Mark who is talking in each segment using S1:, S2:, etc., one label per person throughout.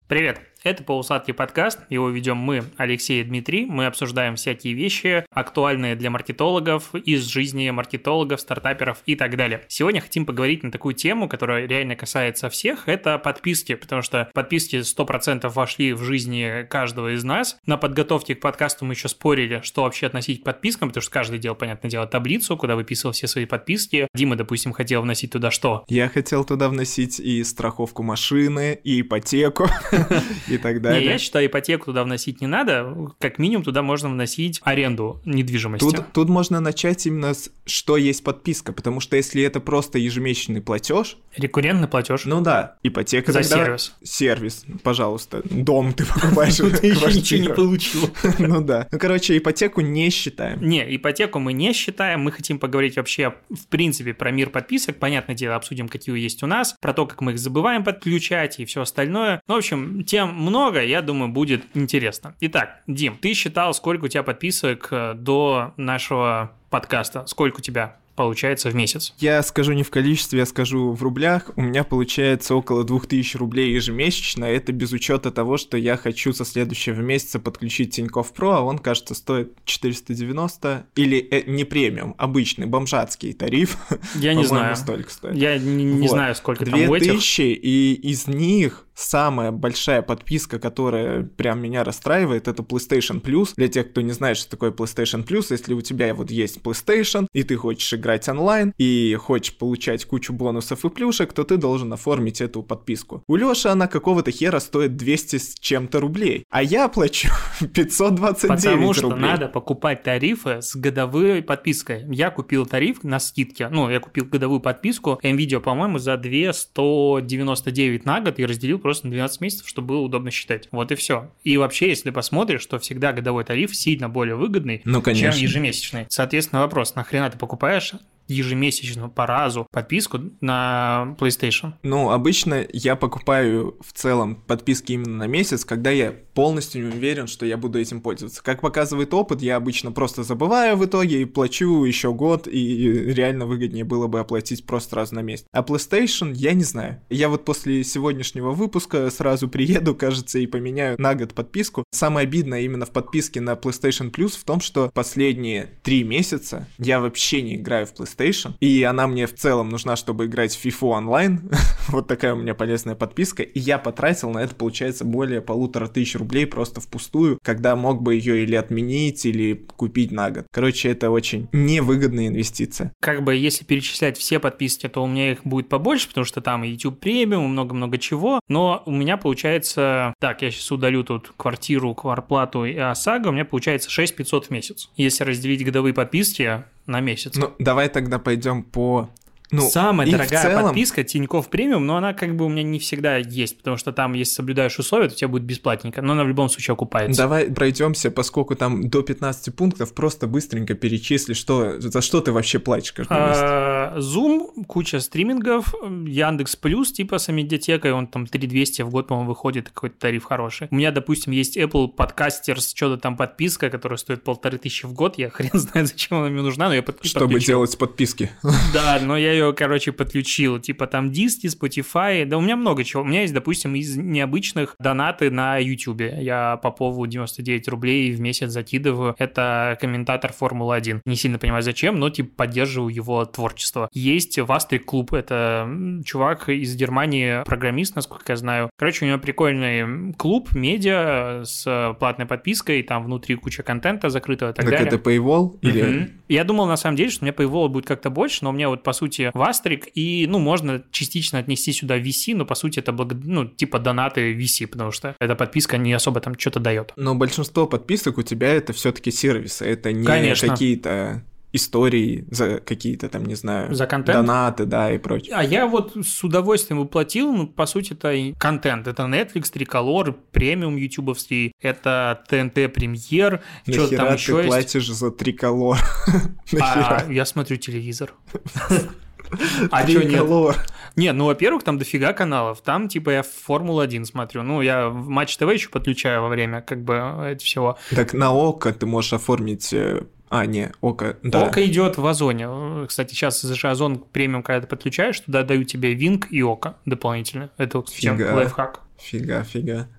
S1: Привет! Это «Полусладкий подкаст», его ведем мы, Алексей и Дмитрий. Мы обсуждаем всякие вещи, актуальные для маркетологов, из жизни маркетологов, стартаперов и так далее. Сегодня хотим поговорить на такую тему, которая реально касается всех, это подписки, потому что подписки 100% вошли в жизни каждого из нас. На подготовке к подкасту мы еще спорили, что вообще относить к подпискам, потому что каждый делал, понятное дело, таблицу, куда выписывал все свои подписки. Дима, допустим, хотел вносить туда что?
S2: Я хотел туда вносить и страховку машины, и ипотеку, и так далее.
S1: Не, я считаю, ипотеку туда вносить не надо. Как минимум туда можно вносить аренду недвижимости.
S2: Тут можно начать именно с что есть подписка, потому что если это просто ежемесячный платеж...
S1: Рекуррентный платеж.
S2: Ну да, ипотека
S1: за
S2: тогда...
S1: сервис.
S2: Сервис, пожалуйста. Дом ты покупаешь.
S1: Ты еще ничего не получил.
S2: Ну да. Ну, короче, ипотеку не считаем.
S1: Не, ипотеку мы не считаем. Мы хотим поговорить вообще, в принципе, про мир подписок. Понятное дело, обсудим, какие есть у нас, про то, как мы их забываем подключать и все остальное. Ну, в общем, тем много, я думаю, будет интересно. Итак, Дим, ты считал, сколько у тебя подписок до нашего подкаста? Сколько у тебя получается в месяц?
S2: Я скажу не в количестве, я скажу в рублях. У меня получается около 2000 рублей ежемесячно. Это без учета того, что я хочу со следующего месяца подключить Тинькофф Про, а он, кажется, стоит 490. Или не премиум, обычный, бомжатский тариф.
S1: Я не знаю.
S2: Столько стоит.
S1: Я не знаю, сколько там у этих.
S2: 2000, и из них... Самая большая подписка, которая прям меня расстраивает, это PlayStation Plus. Для тех, кто не знает, что такое PlayStation Plus, если у тебя вот есть PlayStation, и ты хочешь играть онлайн, и хочешь получать кучу бонусов и плюшек, то ты должен оформить эту подписку. У Лёши она какого-то хера стоит 200 с чем-то рублей, а я плачу 529 рублей.
S1: Потому что надо покупать тарифы с годовой подпиской. Я купил тариф на скидке, я купил годовую подписку NVIDIA, по-моему, за 299 на год и разделил просто на 12 месяцев, чтобы было удобно считать. Вот и все. И вообще, если посмотришь, то всегда годовой тариф сильно более выгодный, чем ежемесячный. Соответственно, вопрос, нахрена ты покупаешь ежемесячную по разу подписку на PlayStation?
S2: Ну, обычно я покупаю в целом подписки именно на месяц, когда я полностью не уверен, что я буду этим пользоваться. Как показывает опыт, я обычно просто забываю в итоге и плачу еще год, и реально выгоднее было бы оплатить просто раз на месяц. А PlayStation, я не знаю. Я вот после сегодняшнего выпуска сразу приеду, кажется, и поменяю на год подписку. Самое обидное именно в подписке на PlayStation Plus в том, что последние 3 месяца я вообще не играю в PlayStation, и она мне в целом нужна, чтобы играть в FIFA онлайн. Вот такая у меня полезная подписка, и я потратил на это, получается, более 1500 рублей просто впустую, когда мог бы ее или отменить, или купить на год. Короче, это очень невыгодная инвестиция.
S1: Как бы, если перечислять все подписки, то у меня их будет побольше, потому что там и YouTube премиум, много-много чего, но у меня получается... Так, я сейчас удалю тут квартиру, квартплату и ОСАГО, у меня получается 6500 в месяц. Если разделить годовые подписки на месяц.
S2: Ну, давай тогда пойдем по...
S1: Самая дорогая подписка Тинькофф Премиум, но она как бы у меня не всегда есть, потому что там, если соблюдаешь условия, то у тебя будет бесплатненько, но она в любом случае окупается.
S2: Давай пройдемся, поскольку там до 15 пунктов, просто быстренько перечисли, за что ты вообще платишь каждый месяц.
S1: Zoom, куча стримингов, Яндекс Плюс, типа с медиатекой, он там 3200 в год, по-моему, выходит, какой-то тариф хороший. У меня, допустим, есть Apple Podcasters, что-то там подписка, которая стоит 1500 в год, я хрен знает, зачем она мне нужна, но я подключил.
S2: Чтобы делать подписки.
S1: Да, но я ее, подключил, типа там Disney, Spotify, да у меня много чего. У меня есть, допустим, из необычных донаты на YouTube. Я Попову 99 рублей в месяц закидываю. Это комментатор Формулы-1. Не сильно понимаю, зачем, но поддерживаю его творчество. Есть Вастрик Клуб, это чувак из Германии, программист, насколько я знаю. Короче, у него прикольный клуб, медиа с платной подпиской, там внутри куча контента закрытого и так далее.
S2: Так это Paywall? Или...
S1: Я думал, на самом деле, что у меня Paywall будет как-то больше, но у меня вот, по сути, Вастрик, и, можно частично отнести сюда VC, но, по сути, это донаты VC, потому что эта подписка не особо там что-то дает.
S2: Но большинство подписок у тебя это все-таки сервисы, это не какие-то истории за какие-то там, не знаю,
S1: за контент?
S2: Донаты, да, и прочее.
S1: А я вот с удовольствием уплатил, по сути, это и контент. Это Netflix, Триколор, премиум ютубовский, это ТНТ Премьер, что-то там еще есть.
S2: Нахера ты платишь за Триколор?
S1: Я смотрю телевизор.
S2: А что нет?
S1: Нет, во-первых, там дофига каналов. Там, я Формулу-1 смотрю. Я в Матч ТВ еще подключаю во время, этого всего.
S2: Так на ОККО ты можешь оформить... ОККО, да.
S1: ОККО идет в Озоне. Кстати, сейчас за Озон премиум, когда ты подключаешь, туда дают тебе Винг и ОККО дополнительно. Это всем лайфхак.
S2: Фига.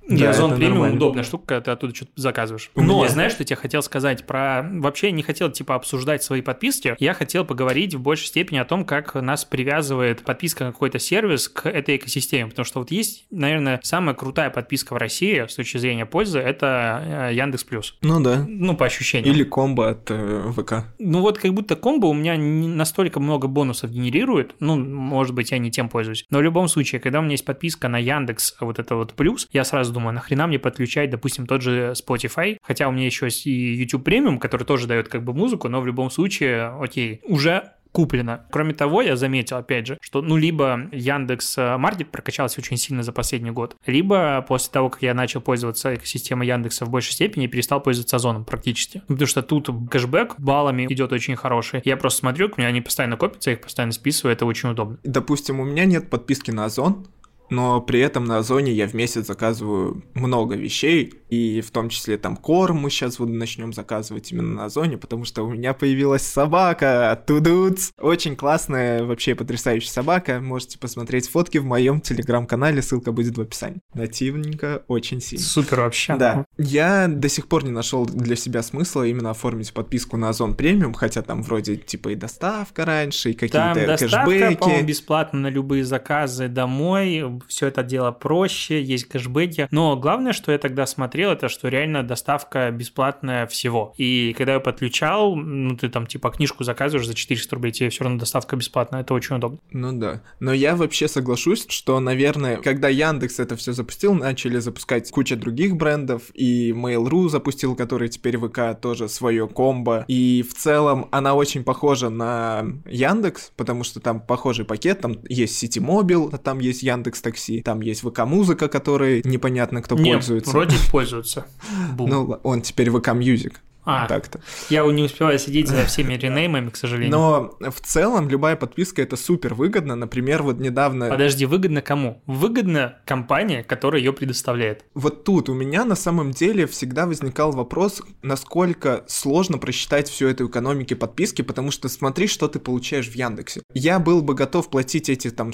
S1: И
S2: Да,
S1: Озон
S2: это
S1: премиум
S2: нормально.
S1: удобная штука, когда ты оттуда что-то заказываешь.
S2: У
S1: Но
S2: меня-
S1: знаешь, что я тебе хотел сказать про... Вообще я не хотел, типа, обсуждать свои подписки. Я хотел поговорить в большей степени о том, как нас привязывает подписка на какой-то сервис к этой экосистеме. Потому что вот есть, наверное, самая крутая подписка в России с точки зрения пользы — это Яндекс.Плюс.
S2: Ну да.
S1: Ну, по ощущениям.
S2: Или комбо от ВК.
S1: Ну вот как будто комбо у меня не настолько много бонусов генерирует, ну, может быть, я не тем пользуюсь, но в любом случае, когда у меня есть подписка на Яндекс, вот это вот плюс, я сразу думаю, нахрена мне подключать, допустим, тот же Spotify, хотя у меня еще есть и YouTube премиум, который тоже дает как бы музыку, но в любом случае, окей, уже куплено. Кроме того, я заметил, опять же, что, ну, либо Яндекс.Маркет прокачался очень сильно за последний год, либо после того, как я начал пользоваться экосистемой Яндекса в большей степени, перестал пользоваться Озоном практически. Потому что тут кэшбэк баллами идет очень хороший. Я просто смотрю, у меня они постоянно копятся, я их постоянно списываю, это очень удобно.
S2: Допустим, у меня нет подписки на Озон, но при этом на Озоне я в месяц заказываю много вещей, и в том числе там корм мы сейчас вот начнем заказывать именно на Озоне, потому что у меня появилась собака, тудуц, очень классная, вообще потрясающая собака, можете посмотреть фотки в моем телеграм-канале, ссылка будет в описании. Нативненько, очень сильно.
S1: Супер вообще.
S2: Да, я до сих пор не нашел для себя смысла именно оформить подписку на Озон премиум, хотя там вроде типа и доставка раньше, и
S1: Там
S2: какие-то
S1: доставка,
S2: кэшбэки.
S1: по-моему, бесплатно на любые заказы домой, все это дело проще, есть кэшбэки. Но главное, что я тогда смотрел, это что реально доставка бесплатная всего. И когда я подключал, ну ты там типа книжку заказываешь за 400 рублей, тебе все равно доставка бесплатная, это очень удобно.
S2: Ну да. Но я вообще соглашусь, что, наверное, когда Яндекс это все запустил, начали запускать куча других брендов, и Mail.ru запустил, который теперь ВК тоже свое комбо. И в целом она очень похожа на Яндекс, потому что там похожий пакет, там есть Ситимобил, там есть Яндекс.Такси, там есть ВК-музыка, которой непонятно кто пользуется.
S1: Вроде пользуются. Бум.
S2: Ну, он теперь ВК-мьюзик. Так-то.
S1: Я не успеваю следить за всеми ренеймами, к сожалению.
S2: Но в целом любая подписка это супер выгодно. Например, вот недавно...
S1: Подожди, выгодно кому? Выгодно компания, которая ее предоставляет.
S2: Вот тут у меня на самом деле всегда возникал вопрос, насколько сложно просчитать всю эту экономику подписки, потому что смотри, что ты получаешь в Яндексе. Я был бы готов платить эти там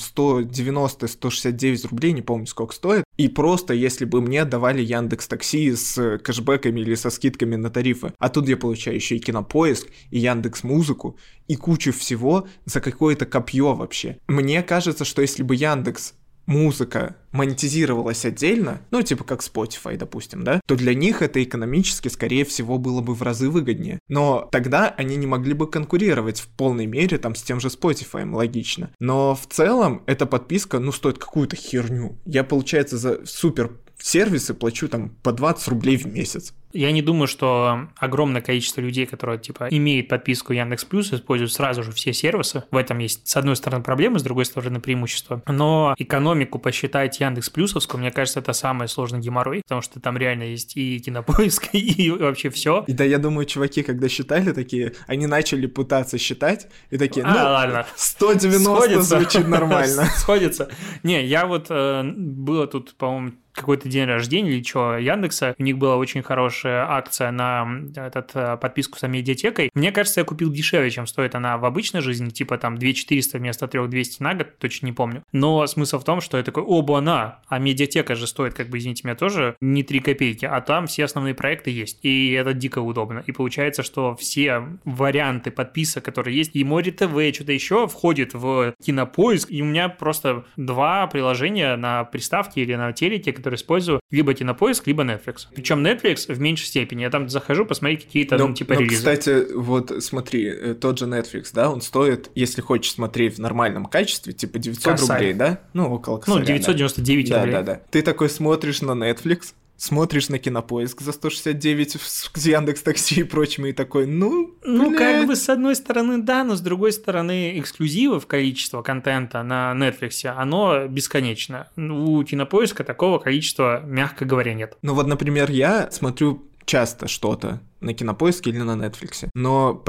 S2: 190-169 рублей, не помню сколько стоит, и просто если бы мне давали Яндекс.Такси с кэшбэками или со скидками на тарифы. А тут я получаю еще и Кинопоиск, и Яндекс.Музыку, и кучу всего за какое-то копье вообще. Мне кажется, что если бы Яндекс.Музыка монетизировалась отдельно, ну, типа как Spotify, допустим, да, то для них это экономически, скорее всего, было бы в разы выгоднее. Но тогда они не могли бы конкурировать в полной мере там с тем же Spotify, логично. Но в целом эта подписка, ну, стоит какую-то херню. Я, получается, за супер сервисы плачу там по 20 рублей в месяц.
S1: Я не думаю, что огромное количество людей, которые, типа, имеют подписку Яндекс Плюс, используют сразу же все сервисы. В этом есть, с одной стороны, проблемы, с другой стороны, преимущество. Но экономику посчитать Яндекс Плюсовскую, мне кажется, это самый сложный геморрой, потому что там реально есть и Кинопоиск, и вообще все.
S2: И да, я думаю, чуваки, когда считали такие, они начали пытаться считать, и такие,
S1: ладно.
S2: 190
S1: Сходится.
S2: звучит нормально.
S1: Сходится. Не, я вот, было тут, по-моему, какой-то день рождения или что, Яндекса, у них была очень хорошая акция на подписку с медиатекой. Мне кажется, я купил дешевле, чем стоит она в обычной жизни, типа там 2400 вместо 3200 на год, точно не помню. Но смысл в том, что я такой, оба-на, а медиатека же стоит, как бы, извините меня, тоже не 3 копейки, а там все основные проекты есть, и это дико удобно. И получается, что все варианты подписок, которые есть, и Море ТВ, что-то еще входит в Кинопоиск, и у меня просто 2 приложения на приставке или на телеке, которые использую, либо Кинопоиск, либо Netflix. Причем Netflix в меньшей степени. Я там захожу посмотреть какие-то, типа релизы.
S2: Кстати, вот смотри, тот же Netflix, да, он стоит, если хочешь смотреть в нормальном качестве, типа 900 рублей, да? Ну, около косаря.
S1: Ну, 999 рублей.
S2: Да. Ты такой смотришь на Netflix, смотришь на Кинопоиск за 169 с Яндекс.Такси и прочим, и такой,
S1: Ну, как бы, с одной стороны, да, но с другой стороны, эксклюзивов, количество контента на Netflix, оно бесконечно. У Кинопоиска такого количества, мягко говоря, нет.
S2: Ну вот, например, я смотрю часто что-то на Кинопоиске или на Netflix, но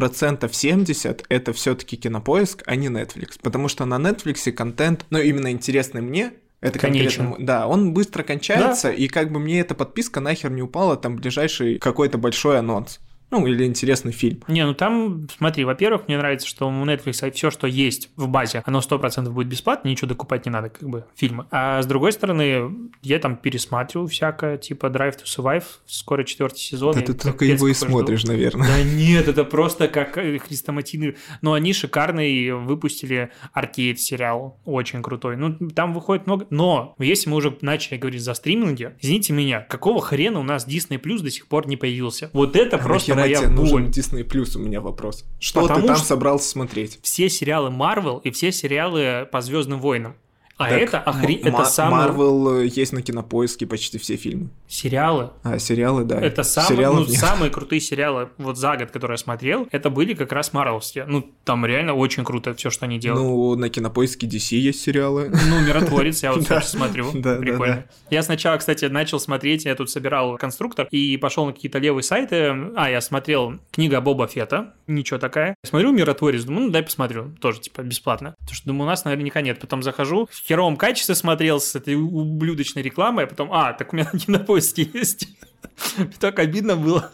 S2: 70% это все-таки Кинопоиск, а не Netflix, потому что на Netflix контент, ну, именно интересный мне, это конкретно, да, он быстро кончается, да. И как бы мне эта подписка нахер не упала, там ближайший какой-то большой анонс. Ну, или интересный фильм.
S1: Не, ну там, смотри, во-первых, мне нравится, что у Netflix все, что есть в базе, оно 100% будет бесплатно, ничего докупать не надо, как бы, фильмы. А с другой стороны, я там пересматриваю всякое, типа Drive to Survive, скоро 4-й сезон.
S2: Да ты только его и смотришь, наверное.
S1: Да нет, это просто как хрестоматийный... Но они шикарные, выпустили Arcade сериал, очень крутой. Ну, там выходит много... Но если мы уже начали говорить за стриминги, извините меня, какого хрена у нас Disney Plus до сих пор не появился? Вот это просто моя
S2: тебе нужен
S1: боль.
S2: Disney Plus, у меня вопрос. Что
S1: Потому
S2: ты там
S1: что
S2: собрался смотреть?
S1: все сериалы Marvel и все сериалы по Звездным войнам. А
S2: Так,
S1: это это самое...
S2: Marvel есть на Кинопоиске почти все фильмы.
S1: Сериалы.
S2: А, сериалы, да.
S1: Это самые крутые сериалы вот за год, которые я смотрел, это были как раз марвелские. Ну, там реально очень круто все, что они делают.
S2: Ну, на Кинопоиске DC есть сериалы.
S1: Ну, «Миротворец» я вот сейчас смотрю.
S2: Да,
S1: прикольно.
S2: да.
S1: Я сначала, кстати, начал смотреть, я тут собирал конструктор и пошел на какие-то левые сайты. Я смотрел «Книга Боба Фетта», ничего такая. Смотрю «Миротворец», думаю, ну, дай посмотрю. Тоже, типа, бесплатно. Потому что, думаю, у нас наверняка нет. Потом захожу, в херовом качестве смотрел с этой ублюдочной рекламой, а потом, так у меня на Кинопоиске есть. Так обидно было.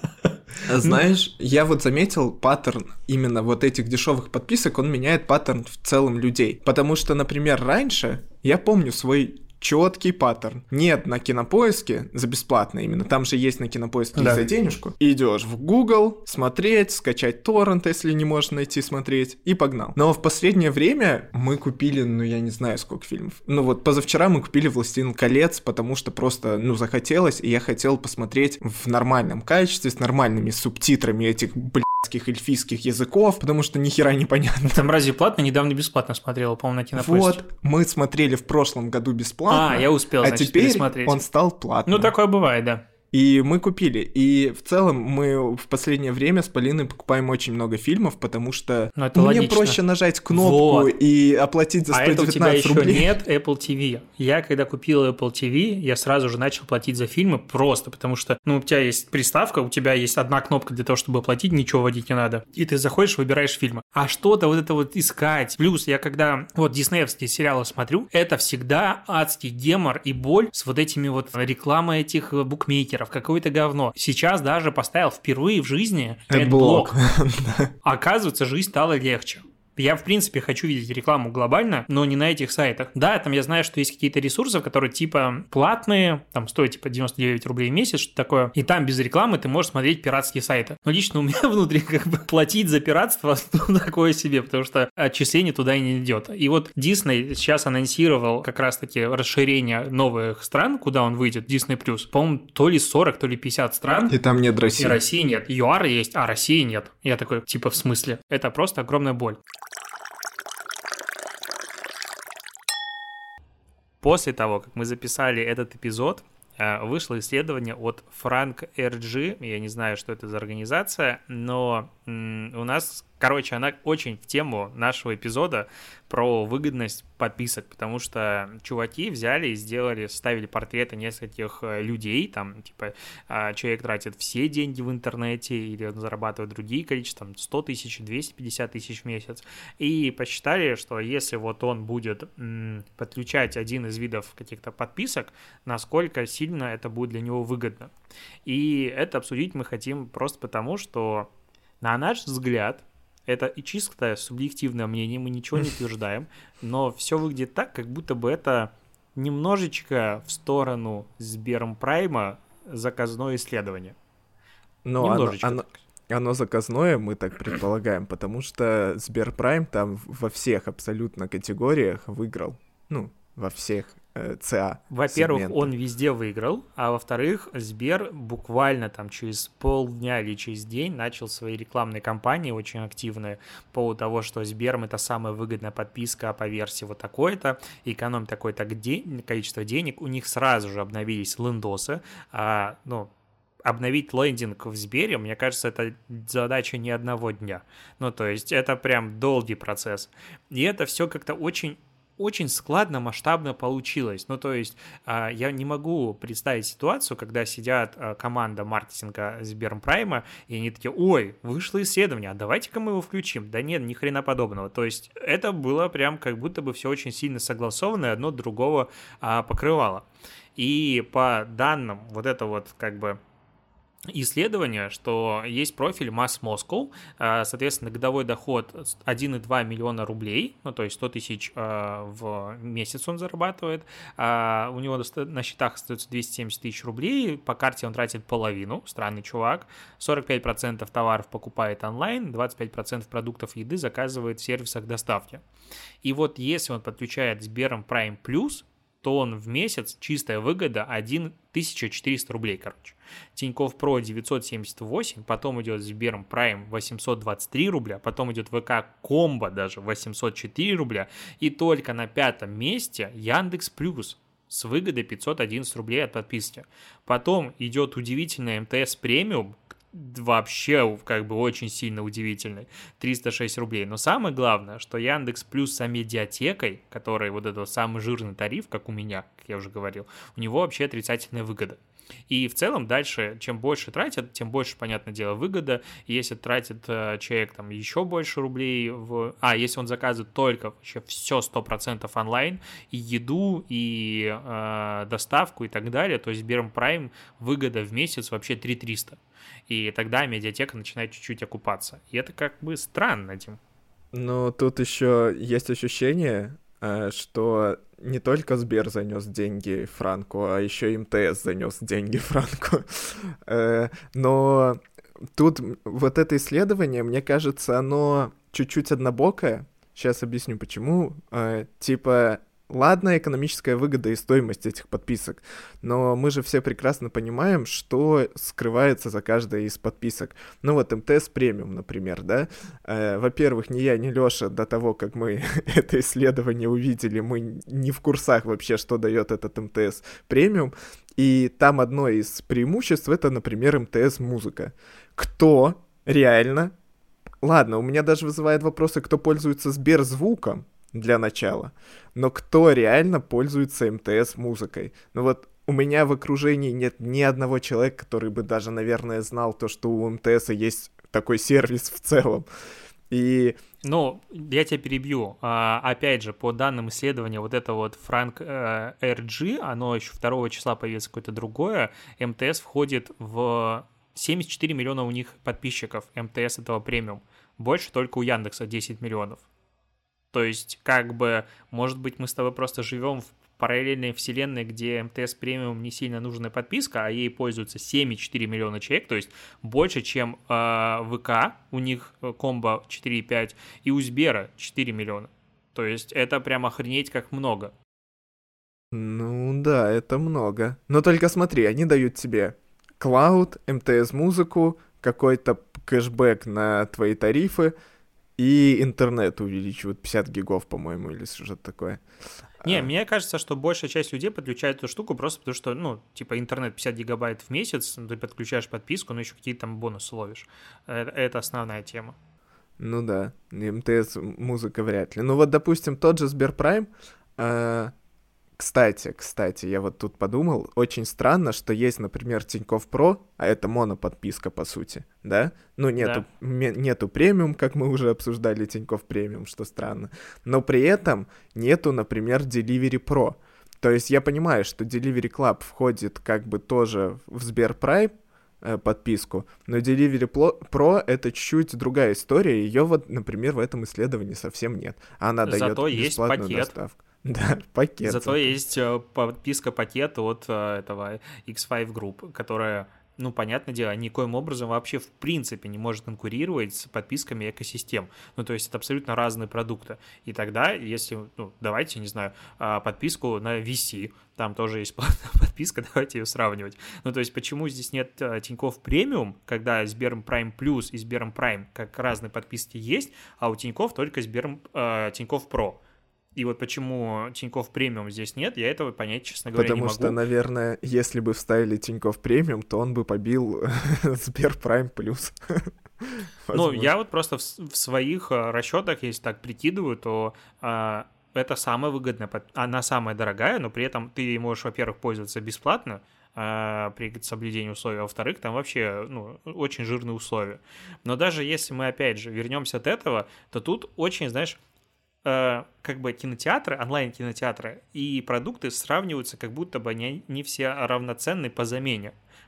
S2: Знаешь, я вот заметил паттерн именно вот этих дешевых подписок, он меняет паттерн в целом людей. Потому что, например, раньше я помню свой четкий паттерн. Нет на Кинопоиске за бесплатно именно. Там же есть на Кинопоиске за денежку. Идешь в Google, смотреть, скачать торрент, если не можешь найти, смотреть, и погнал. Но в последнее время мы купили, я не знаю, сколько фильмов. Вот позавчера мы купили «Властелин колец», потому что просто, захотелось, и я хотел посмотреть в нормальном качестве, с нормальными субтитрами этих, эльфийских языков, потому что ни хера не понятно.
S1: Там разве платно? Недавно бесплатно смотрел, по-моему, на Кинопоиске.
S2: Вот, мы смотрели в прошлом году бесплатно.
S1: Я успел, значит,
S2: теперь
S1: пересмотреть.
S2: Он стал платным.
S1: Такое бывает, да.
S2: И мы купили. И в целом мы в последнее время с Полиной покупаем очень много фильмов, потому что
S1: мне
S2: логично. Проще нажать кнопку и оплатить за 119 рублей.
S1: А это у тебя еще нет Apple TV. Я, когда купил Apple TV, я сразу же начал платить за фильмы просто, потому что, у тебя есть приставка, у тебя есть одна кнопка для того, чтобы оплатить, ничего вводить не надо. И ты заходишь, выбираешь фильмы. А что-то вот это вот искать. Плюс я когда диснеевские сериалы смотрю, это всегда адский гемор и боль с вот этими вот рекламой этих букмекеров, какое-то говно. Сейчас даже поставил впервые в жизни AdBlock. Оказывается, жизнь стала легче. Я, в принципе, хочу видеть рекламу глобально, но не на этих сайтах. Да, там я знаю, что есть какие-то ресурсы, которые типа платные, там стоят типа 99 рублей в месяц, что такое, и там без рекламы ты можешь смотреть пиратские сайты. Но лично у меня внутри платить за пиратство такое себе, потому что отчисление туда и не идет. И вот Disney сейчас анонсировал как раз-таки расширение новых стран, куда он выйдет, Disney+. По-моему, то ли 40, то ли 50 стран.
S2: И там нет России.
S1: И России нет. ЮАР есть, а России нет. Я такой, типа, в смысле? Это просто огромная боль. После того, как мы записали этот эпизод, вышло исследование от Frank RG, я не знаю, что это за организация, но у нас, она очень в тему нашего эпизода про выгодность подписок, потому что чуваки взяли и ставили портреты нескольких людей, там, типа, человек тратит все деньги в интернете, или он зарабатывает другие количества, там, 100 тысяч, 250 тысяч в месяц, и посчитали, что если вот он будет подключать один из видов каких-то подписок, насколько сильно это будет для него выгодно. И это обсудить мы хотим просто потому, что, на наш взгляд, это и чисто субъективное мнение, мы ничего не утверждаем, но все выглядит так, как будто бы это немножечко в сторону Сберпрайма заказное исследование.
S2: Но оно заказное, мы так предполагаем, потому что Сберпрайм там во всех абсолютно категориях выиграл. Во всех ЦА.
S1: Во-первых,
S2: сегмента.
S1: Он везде выиграл, а во-вторых, Сбер буквально там через полдня или через день начал свои рекламные кампании очень активные по поводу того, что Сбером это самая выгодная подписка по версии вот такой-то, экономит такое-то количество денег, у них сразу же обновились лендосы, обновить лендинг в Сбере, мне кажется, это задача не одного дня. То есть это прям долгий процесс. И это все как-то очень складно, масштабно получилось. То есть я не могу представить ситуацию, когда сидят команда маркетинга Сберпрайма, и они такие, ой, вышло исследование, а давайте-ка мы его включим. Да нет, ни хрена подобного. То есть это было прям как будто бы все очень сильно согласовано, и одно другого покрывало. И по данным вот это вот как бы исследование, что есть профиль Mass Moscow, соответственно, годовой доход 1,2 миллиона рублей, ну, то есть 100 тысяч в месяц он зарабатывает, у него на счетах остается 270 тысяч рублей, по карте он тратит половину, странный чувак, 45% товаров покупает онлайн, 25% продуктов и еды заказывает в сервисах доставки. И вот если он подключает Сбером Prime Plus, то он в месяц, чистая выгода, 1400 рублей, короче. Тинькофф Про 978, потом идет Сбером Prime 823 рубля, потом идет ВК Комбо даже 804 рубля, и только на 5-м месте Яндекс Плюс с выгодой 511 рублей от подписки. Потом идет удивительный МТС Премиум, вообще как бы очень сильно удивительный, 306 рублей. Но самое главное, что Яндекс Плюс с медиатекой, который вот этот самый жирный тариф, как у меня, как я уже говорил, у него вообще отрицательная выгода. И в целом дальше, чем больше тратят, тем больше, понятное дело, выгода. И если тратит человек там еще больше рублей, если он заказывает только вообще все 100% онлайн, и еду, и доставку, и так далее, то есть Сбером Prime выгода в месяц вообще 3300. И тогда медиатека начинает чуть-чуть окупаться. И это как бы странно, Дим.
S2: Но тут еще есть ощущение, что не только Сбер занес деньги Франку, а еще и МТС занес деньги Франку. Но тут вот это исследование, мне кажется, оно чуть-чуть однобокое. Сейчас объясню, почему. Типа, ладно, экономическая выгода и стоимость этих подписок, но мы же все прекрасно понимаем, что скрывается за каждой из подписок. Ну вот МТС Премиум, например, да? Во-первых, ни я, ни Лёша до того, как мы это исследование увидели, мы не в курсах вообще, что дает этот МТС Премиум, и там одно из преимуществ — это, например, МТС Музыка. Кто реально... Ладно, у меня даже вызывает вопросы, кто пользуется Сберзвуком, для начала. Но кто реально пользуется МТС-музыкой? Ну вот у меня в окружении нет ни одного человека, который бы даже, наверное, знал то, что у МТСа есть такой сервис в целом. И...
S1: Ну, я тебя перебью. Опять же, по данным исследования, вот это вот Frank RG, оно еще 2 числа появится какое-то другое, МТС входит в 74 миллиона у них подписчиков, МТС этого премиум. Больше только у Яндекса 10 миллионов. То есть, как бы, может быть, мы с тобой просто живем в параллельной вселенной, где МТС премиум не сильно нужная подписка, а ей пользуются 7,4 миллиона человек, то есть больше, чем ВК, у них комбо 4,5, и у Сбера 4 миллиона. То есть это прям охренеть как много.
S2: Ну да, это много. Но только смотри, они дают тебе клауд, МТС-музыку, какой-то кэшбэк на твои тарифы, и интернет увеличивают 50 гигов, по-моему, или что-то такое.
S1: Не, мне кажется, что большая часть людей подключает эту штуку просто потому, что, ну, типа, интернет 50 гигабайт в месяц, ты подключаешь подписку, но еще какие-то там бонусы ловишь. Это основная тема.
S2: Ну да, МТС-музыка вряд ли. Ну вот, допустим, тот же Сберпрайм... Кстати, я вот тут подумал, очень странно, что есть, например, Тинькофф Про, а это моноподписка, по сути, да? Ну, нету премиум, как мы уже обсуждали, Тинькофф Премиум, что странно. Но при этом нету, например, Delivery Pro. То есть я понимаю, что Delivery Club входит как бы тоже в Сберпрайм подписку, но Delivery Pro — это чуть-чуть другая история, ее вот, например, в этом исследовании совсем нет. Она дает бесплатную доставку. Да, пакет.
S1: Зато есть подписка-пакет от этого X5 Group, которая, ну, понятное дело, никоим образом вообще в принципе не может конкурировать с подписками экосистем. Ну, то есть это абсолютно разные продукты. И тогда, если, ну, давайте, не знаю, подписку на VC, там тоже есть подписка, давайте ее сравнивать. Ну, то есть почему здесь нет Тинькофф Премиум, когда Сбером Prime Plus и Сбером Prime как разные подписки есть, а у Тинькофф только Тинькофф Про. И вот почему Тинькофф Премиум здесь нет, я этого понять, честно говоря, не могу.
S2: Потому что, наверное, если бы вставили Тинькофф Премиум, то он бы побил Сбер Прайм Плюс.
S1: Ну, я вот просто в своих расчетах, если так прикидываю, то это самая выгодная, она самая дорогая, но при этом ты можешь, во-первых, пользоваться бесплатно при соблюдении условий, а во-вторых, там вообще, ну, очень жирные условия. Но даже если мы, опять же, вернемся от этого, то тут очень, знаешь, как бы кинотеатры, онлайн-кинотеатры и продукты сравниваются, как будто бы они не все равноценны по замене.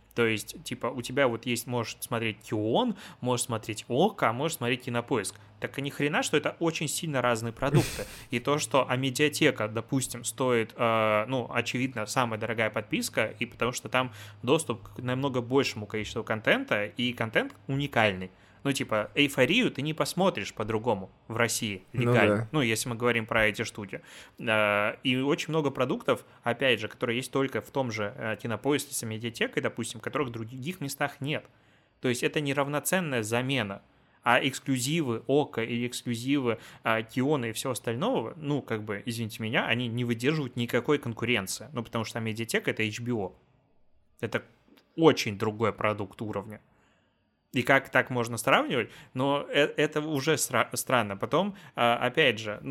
S1: То есть, типа, у тебя вот есть, можешь смотреть Кион, можешь смотреть Ока, а можешь смотреть Кинопоиск. Так ни хрена, что это очень сильно разные продукты. И то, что Амедиатека, допустим, стоит, очевидно, самая дорогая подписка, и потому что там доступ к намного большему количеству контента, и контент уникальный. Ну, типа, «Эйфорию» ты не посмотришь по-другому в России легально. Ну, если мы говорим про эти штуки. И очень много продуктов, опять же, которые есть только в том же Кинопоиске с Медиатекой, допустим, которых в других местах нет. То есть это неравноценная замена. А эксклюзивы Ока или эксклюзивы Киона и все остального, ну, как бы, извините меня, они не выдерживают никакой конкуренции. Ну, потому что Медиатека — это HBO. Это очень другой продукт уровня. И как так можно сравнивать? Но это уже странно. Потом, опять же,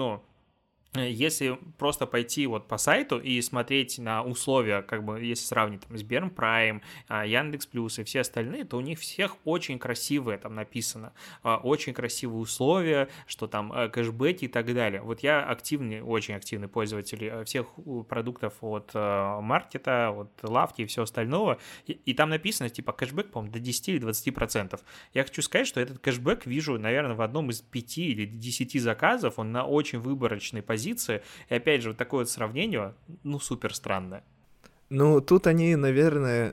S1: если просто пойти вот по сайту и смотреть на условия, как бы, если сравнить там, с Сберпрайм, Яндекс.Плюс и все остальные, то у них всех очень красивые там написано, очень красивые условия, что там кэшбэки и так далее. Вот я очень активный пользователь всех продуктов от маркета, от лавки и всего остального, и там написано, типа, кэшбэк, по-моему, до 10 или 20%. Я хочу сказать, что этот кэшбэк вижу, наверное, в одном из 5 или 10 заказов, он на очень выборочной позиции. И опять же, вот такое вот сравнение, супер странное.
S2: Ну, тут они, наверное,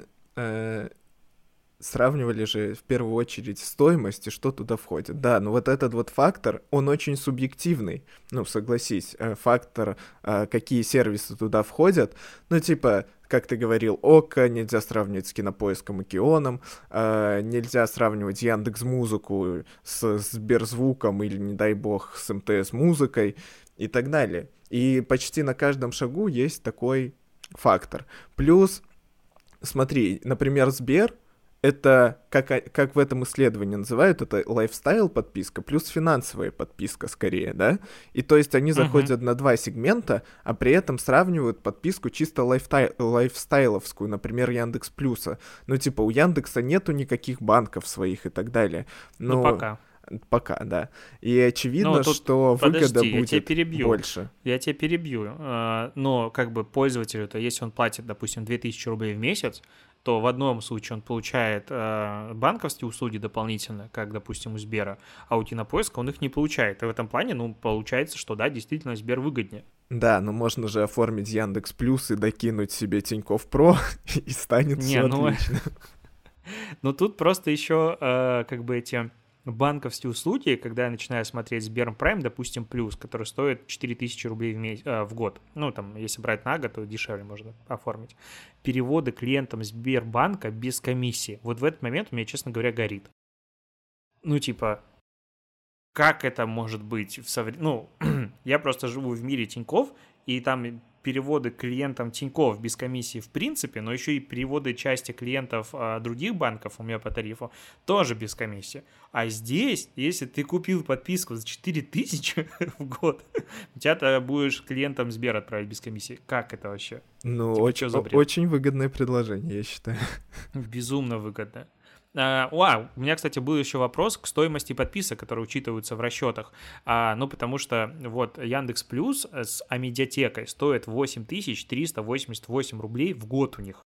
S2: сравнивали же в первую очередь стоимость и что туда входит. Да, но вот этот вот фактор, он очень субъективный. Ну, согласись, фактор, какие сервисы туда входят. Ну, типа, как ты говорил, Ока нельзя сравнивать с Кинопоиском и Кионом, нельзя сравнивать Яндекс.Музыку с Сберзвуком или, не дай бог, с МТС-музыкой и так далее. И почти на каждом шагу есть такой фактор. Плюс, смотри, например, Сбер, это, как в этом исследовании называют, это лайфстайл подписка плюс финансовая подписка скорее, да? И то есть они заходят на два сегмента, а при этом сравнивают подписку чисто лайфстайловскую, например, Яндекс Плюса. Ну, типа, у Яндекса нету никаких банков своих и так далее.
S1: Но пока.
S2: Пока, да. И очевидно, что выгода будет больше.
S1: Я тебя перебью. Но как бы пользователю-то, если он платит, допустим, 2000 рублей в месяц, то в одном случае он получает банковские услуги дополнительно, как, допустим, у Сбера, а у Кинопоиска он их не получает. И в этом плане, получается, что да, действительно, Сбер выгоднее.
S2: Да, но можно же оформить Яндекс Плюс и докинуть себе Тинькофф Про, и станет все отлично.
S1: Но тут просто еще как бы эти банковские услуги, когда я начинаю смотреть Сберпрайм, допустим, плюс, который стоит 4000 рублей в год. Ну, там, если брать на год, то дешевле можно оформить. Переводы клиентам Сбербанка без комиссии. Вот в этот момент у меня, честно говоря, горит. Ну, типа, как это может быть? Я просто живу в мире Тинькофф, и там переводы клиентам Тинькофф без комиссии в принципе, но еще и переводы части клиентов других банков у меня по тарифу тоже без комиссии. А здесь, если ты купил подписку за 4000 в год, у тебя ты будешь клиентам Сбер отправить без комиссии. Как это вообще?
S2: Ну, очень выгодное предложение, я считаю.
S1: Безумно выгодное. У меня, кстати, был еще вопрос к стоимости подписок, которые учитываются в расчетах. Потому что вот Яндекс Плюс с Амедиатекой стоит 8388 рублей в год у них.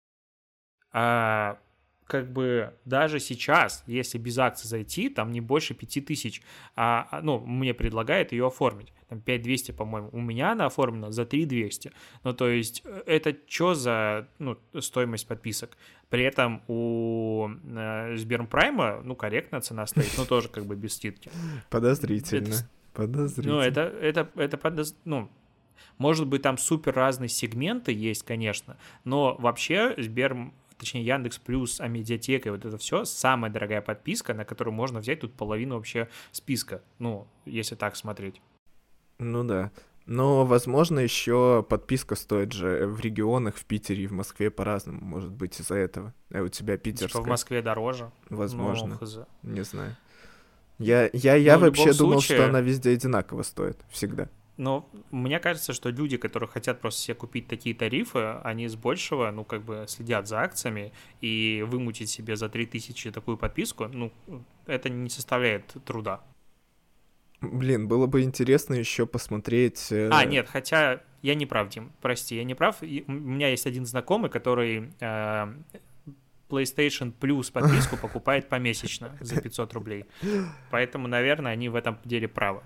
S1: Как бы даже сейчас, если без акций зайти, там не больше 5000. Мне предлагают ее оформить. Там 5200, по-моему. У меня она оформлена за 3200. Ну, то есть, это что за стоимость подписок? При этом у Сберпрайма, корректная цена стоит, но тоже как бы без скидки.
S2: Подозрительно.
S1: Может быть, там супер разные сегменты есть, конечно, но вообще точнее, Яндекс Плюс, Амедиатека и вот это все, самая дорогая подписка, на которую можно взять тут половину вообще списка, если так смотреть.
S2: Ну да. Но, возможно, еще подписка стоит же в регионах, в Питере и в Москве по-разному, может быть, из-за этого. А у тебя питерская.
S1: Типа в Москве дороже?
S2: Возможно. Не знаю. Я вообще думал, что она везде одинаково стоит, всегда.
S1: Но мне кажется, что люди, которые хотят просто себе купить такие тарифы, они с большего, следят за акциями, и вымутить себе за 3000 такую подписку, это не составляет труда.
S2: Блин, было бы интересно еще посмотреть...
S1: Нет, хотя я не прав, Дим, прости, я не прав. У меня есть один знакомый, который PlayStation Plus подписку покупает помесячно за 500 рублей. Поэтому, наверное, они в этом деле правы.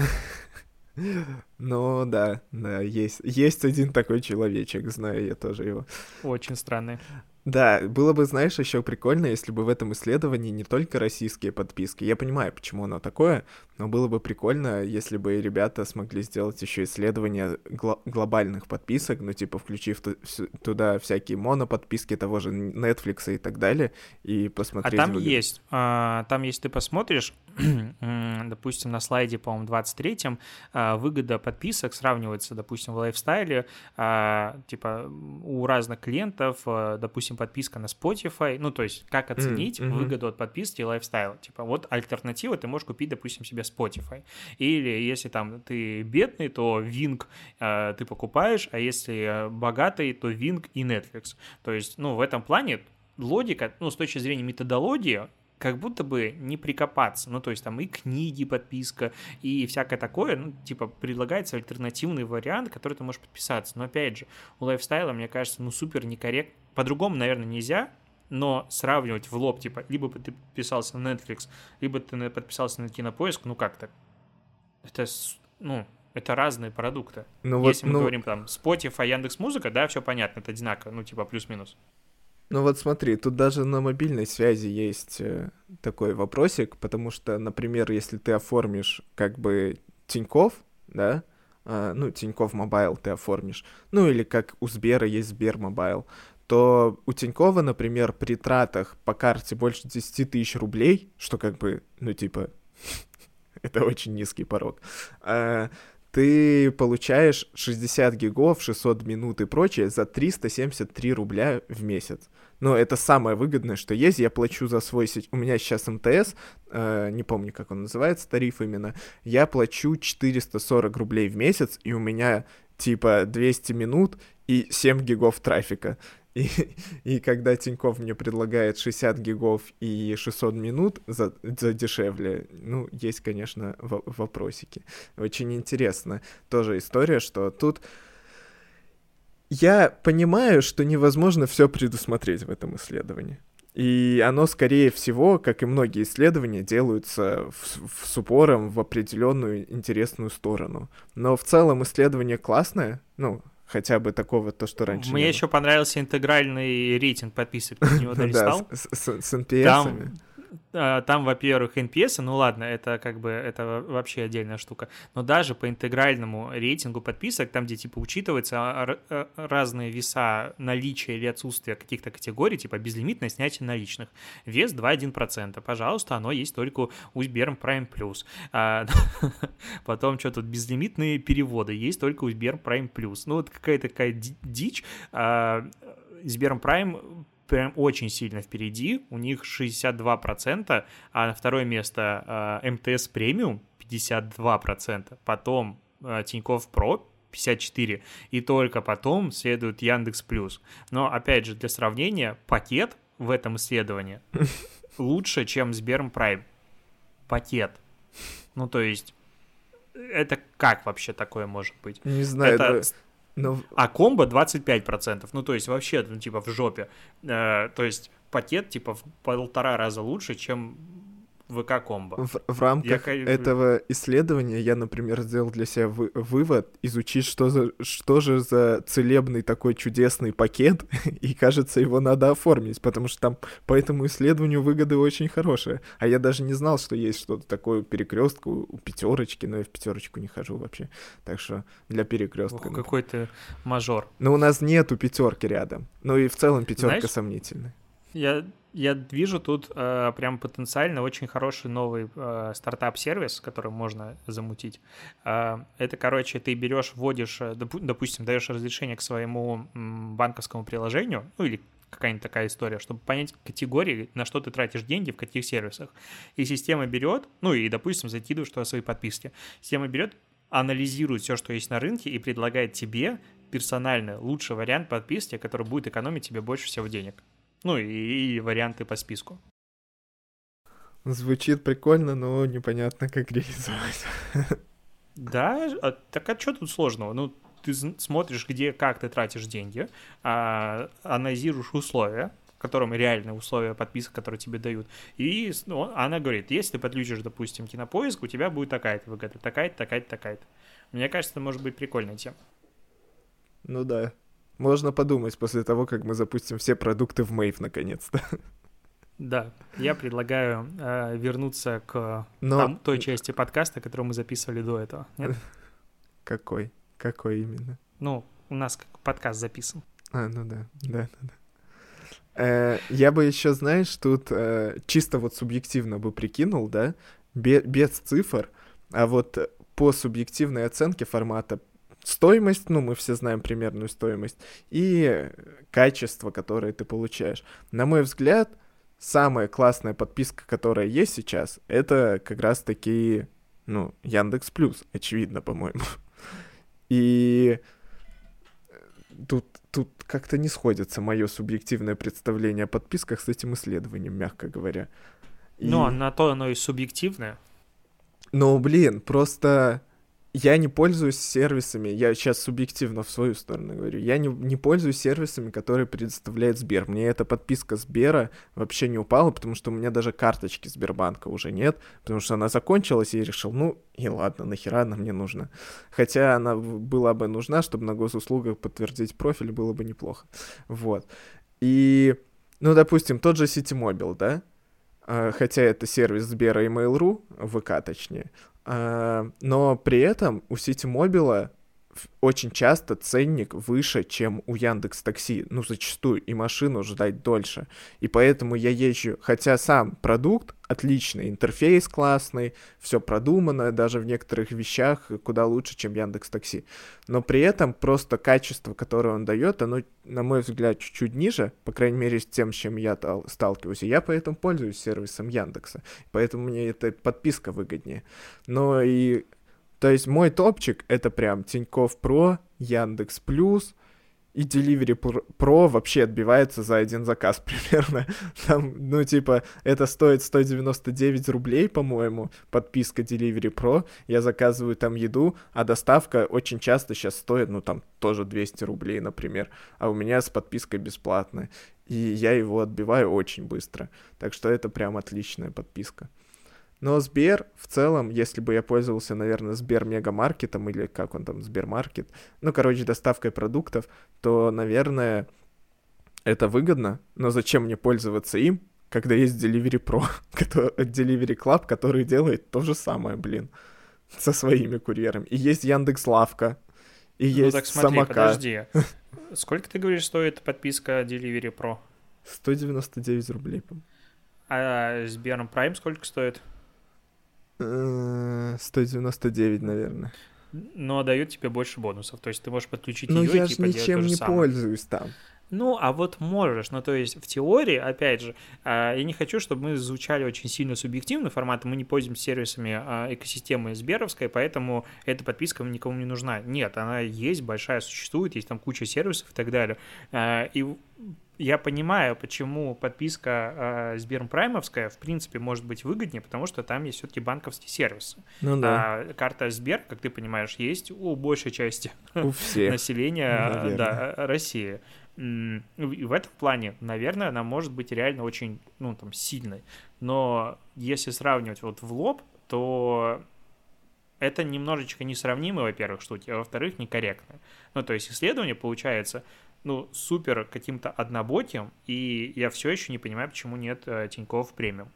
S2: Ну, да, есть один такой человечек, знаю я тоже его.
S1: Очень странный.
S2: Да, было бы, знаешь, еще прикольно, если бы в этом исследовании не только российские подписки. Я понимаю, почему оно такое, но было бы прикольно, если бы ребята смогли сделать еще исследование глобальных подписок, ну, типа, включив туда всякие моноподписки того же Netflix и так далее, и посмотреть...
S1: Там есть, ты посмотришь, допустим, на слайде, по-моему, 23-м, выгода подписок сравнивается, допустим, в лайфстайле, типа, у разных клиентов, допустим, подписка на Spotify, ну, то есть, как оценить выгоду от подписки и лайфстайла. Типа, вот альтернатива, ты можешь купить, допустим, себе Spotify. Или если там ты бедный, то Wing ты покупаешь, а если богатый, то Wing и Netflix. То есть, ну, в этом плане логика, ну, с точки зрения методологии, как будто бы не прикопаться. Ну, то есть там и книги подписка, и всякое такое, ну, типа, предлагается альтернативный вариант, который ты можешь подписаться. Но, опять же, у лайфстайла, мне кажется, ну, супер некорректно. По-другому, наверное, нельзя, но сравнивать в лоб, типа, либо ты подписался на Netflix, либо ты подписался на Кинопоиск, ну, как так? Это, ну, это разные продукты.
S2: Ну,
S1: если мы говорим там Spotify, Яндекс.Музыка, да, все понятно, это одинаково, ну, типа, плюс-минус.
S2: Ну вот смотри, тут даже на мобильной связи есть такой вопросик, потому что, например, если ты оформишь как бы Тинькофф, да, ну, Тинькофф Мобайл ты оформишь, ну, или как у Сбера есть Сбер Мобайл, то у Тинькова, например, при тратах по карте больше 10 тысяч рублей, что как бы, ну, типа, это очень низкий порог, ты получаешь 60 гигов, 600 минут и прочее за 373 рубля в месяц. Ну, это самое выгодное, что есть. Я плачу за свой... У меня сейчас МТС, не помню, как он называется, тариф именно. Я плачу 440 рублей в месяц, и у меня типа 200 минут и 7 гигов трафика. И когда Тинькофф мне предлагает 60 гигов и 600 минут за дешевле, ну, есть, конечно, вопросики. Очень интересно тоже история, что тут... Я понимаю, что невозможно все предусмотреть в этом исследовании. И оно, скорее всего, как и многие исследования, делаются с упором в определенную интересную сторону. Но в целом исследование классное, ну, хотя бы такого, то, что раньше
S1: Мне еще понравился интегральный рейтинг подписок, ты него долистал?
S2: Да, с NPS-ами.
S1: Там, во-первых, NPS, ну ладно, это как бы, это вообще отдельная штука, но даже по интегральному рейтингу подписок, там, где, типа, учитываются разные веса наличия или отсутствия каких-то категорий, типа, безлимитное снятие наличных, вес 2,1%, пожалуйста, оно есть только у Сбер Prime Plus. Потом, что тут, безлимитные переводы есть только у Сбер Prime Plus. Ну, вот какая-то такая дичь. Сбер Prime прям очень сильно впереди, у них 62%, а на второе место МТС Премиум 52%, потом Тинькофф Про 54%, и только потом следует Яндекс Плюс. Но, опять же, для сравнения, пакет в этом исследовании лучше, чем Сбер Прайм. Пакет. Ну, то есть, это как вообще такое может быть?
S2: Не знаю,
S1: это...
S2: Но...
S1: А комбо 25%, ну, то есть, вообще, ну, типа, в жопе. То есть, пакет, типа, в 1,5 раза лучше, чем ВК-комбо.
S2: В рамках этого исследования я, например, сделал для себя вывод, изучить, что же за целебный такой чудесный пакет, и, кажется, его надо оформить, потому что там по этому исследованию выгоды очень хорошие. А я даже не знал, что есть что-то такое у Перекрестка, у Пятерочки, но я в Пятерочку не хожу вообще. Так что для Перекрестка.
S1: Какой ты мажор.
S2: Но у нас нету Пятерки рядом. Ну и в целом Пятерка сомнительная.
S1: Я вижу тут прям потенциально очень хороший новый стартап-сервис, который можно замутить. Это, короче, ты берешь, вводишь, допустим, даешь разрешение к своему банковскому приложению, ну или какая-нибудь такая история, чтобы понять категории, на что ты тратишь деньги, в каких сервисах. И система берет, ну и, допустим, закидываешь туда свои подписки. Система берет, анализирует все, что есть на рынке, и предлагает тебе персонально лучший вариант подписки, который будет экономить тебе больше всего денег. Ну и варианты по списку.
S2: Звучит прикольно, но непонятно, как реализовать.
S1: Да, так а что тут сложного? Ну, ты смотришь, где, как ты тратишь деньги, анализируешь условия, в котором реальные условия подписок, которые тебе дают. И она говорит, если ты подключишь, допустим, Кинопоиск, у тебя будет такая-то выгода, такая-то, такая-то, такая-то. Мне кажется, это может быть прикольная тема.
S2: Ну да. Можно подумать после того, как мы запустим все продукты в Мэйв наконец-то.
S1: Да, я предлагаю вернуться к той части подкаста, которую мы записывали до этого. Нет?
S2: Какой? Какой именно?
S1: Ну, у нас подкаст записан.
S2: Ну да. Я бы еще, знаешь, тут чисто вот субъективно бы прикинул, да, без цифр, а вот по субъективной оценке формата стоимость, ну, мы все знаем примерную стоимость, и качество, которое ты получаешь. На мой взгляд, самая классная подписка, которая есть сейчас, это как раз-таки, ну, Яндекс.Плюс, очевидно, по-моему. И тут как-то не сходится мое субъективное представление о подписках с этим исследованием, мягко говоря.
S1: Ну, на то оно и субъективное.
S2: Ну, блин, просто я не пользуюсь сервисами, я сейчас субъективно в свою сторону говорю, я не пользуюсь сервисами, которые предоставляет Сбер. Мне эта подписка Сбера вообще не упала, потому что у меня даже карточки Сбербанка уже нет, потому что она закончилась, и я решил, ну и ладно, нахера она мне нужна. Хотя она была бы нужна, чтобы на госуслугах подтвердить профиль, было бы неплохо. Вот. И, ну, допустим, тот же Ситимобил, да? Хотя это сервис Сбера и Mail.ru, ВК точнее, но при этом у Ситимобила очень часто ценник выше, чем у Яндекс.Такси, ну, зачастую, и машину ждать дольше. И поэтому я езжу, хотя сам продукт отличный, интерфейс классный, все продумано, даже в некоторых вещах куда лучше, чем Яндекс.Такси. Но при этом просто качество, которое он дает, оно, на мой взгляд, чуть-чуть ниже, по крайней мере, с тем, с чем я сталкиваюсь. И я поэтому пользуюсь сервисом Яндекса. Поэтому мне эта подписка выгоднее. Но и... То есть мой топчик — это прям Тинькофф Про, Яндекс Плюс, и Delivery Pro вообще отбивается за один заказ примерно. Там, ну, типа, это стоит 199 рублей, по-моему, подписка Delivery Pro. Я заказываю там еду, а доставка очень часто сейчас стоит, ну, там, тоже 200 рублей, например. А у меня с подпиской бесплатная. И я его отбиваю очень быстро. Так что это прям отличная подписка. Но Сбер, в целом, если бы я пользовался, наверное, Сбермегамаркетом или как он там, Сбермаркет, ну, короче, доставкой продуктов, то, наверное, это выгодно. Но зачем мне пользоваться им, когда есть Delivery Pro, Delivery Club, который делает то же самое, блин, со своими курьерами. И есть Яндекс.Лавка, и есть
S1: так смотри,
S2: Самокат.
S1: Подожди. Сколько, ты говоришь, стоит подписка Delivery Pro?
S2: 199 рублей, по-моему.
S1: А Сбером Prime сколько стоит?
S2: 199, наверное.
S1: Но дают тебе больше бонусов. То есть ты можешь подключить
S2: ее
S1: и
S2: я
S1: типа
S2: же
S1: делать
S2: ничем
S1: то же
S2: не
S1: самое.
S2: пользуюсь там.
S1: Ну, а вот можешь. Ну, то есть в теории, опять же, я не хочу, чтобы мы звучали очень сильно субъективно форматом, мы не пользуемся сервисами экосистемы Сберовской, поэтому эта подписка никому не нужна. Нет, она есть, большая, существует, есть там куча сервисов и так далее. И я понимаю, почему подписка Сберпраймовская, в принципе, может быть выгоднее, потому что там есть все-таки банковские сервисы.
S2: Ну да.
S1: Карта Сбер, как ты понимаешь, есть у большей части
S2: у всех
S1: населения России. И в этом плане, наверное, она может быть реально очень, ну, там, сильной. Но если сравнивать вот в лоб, то это немножечко несравнимые, во-первых, штуки, а во-вторых, некорректно. Ну, то есть исследование получается, ну, супер каким-то однобоким, и я все еще не понимаю, почему нет Тинькофф премиум.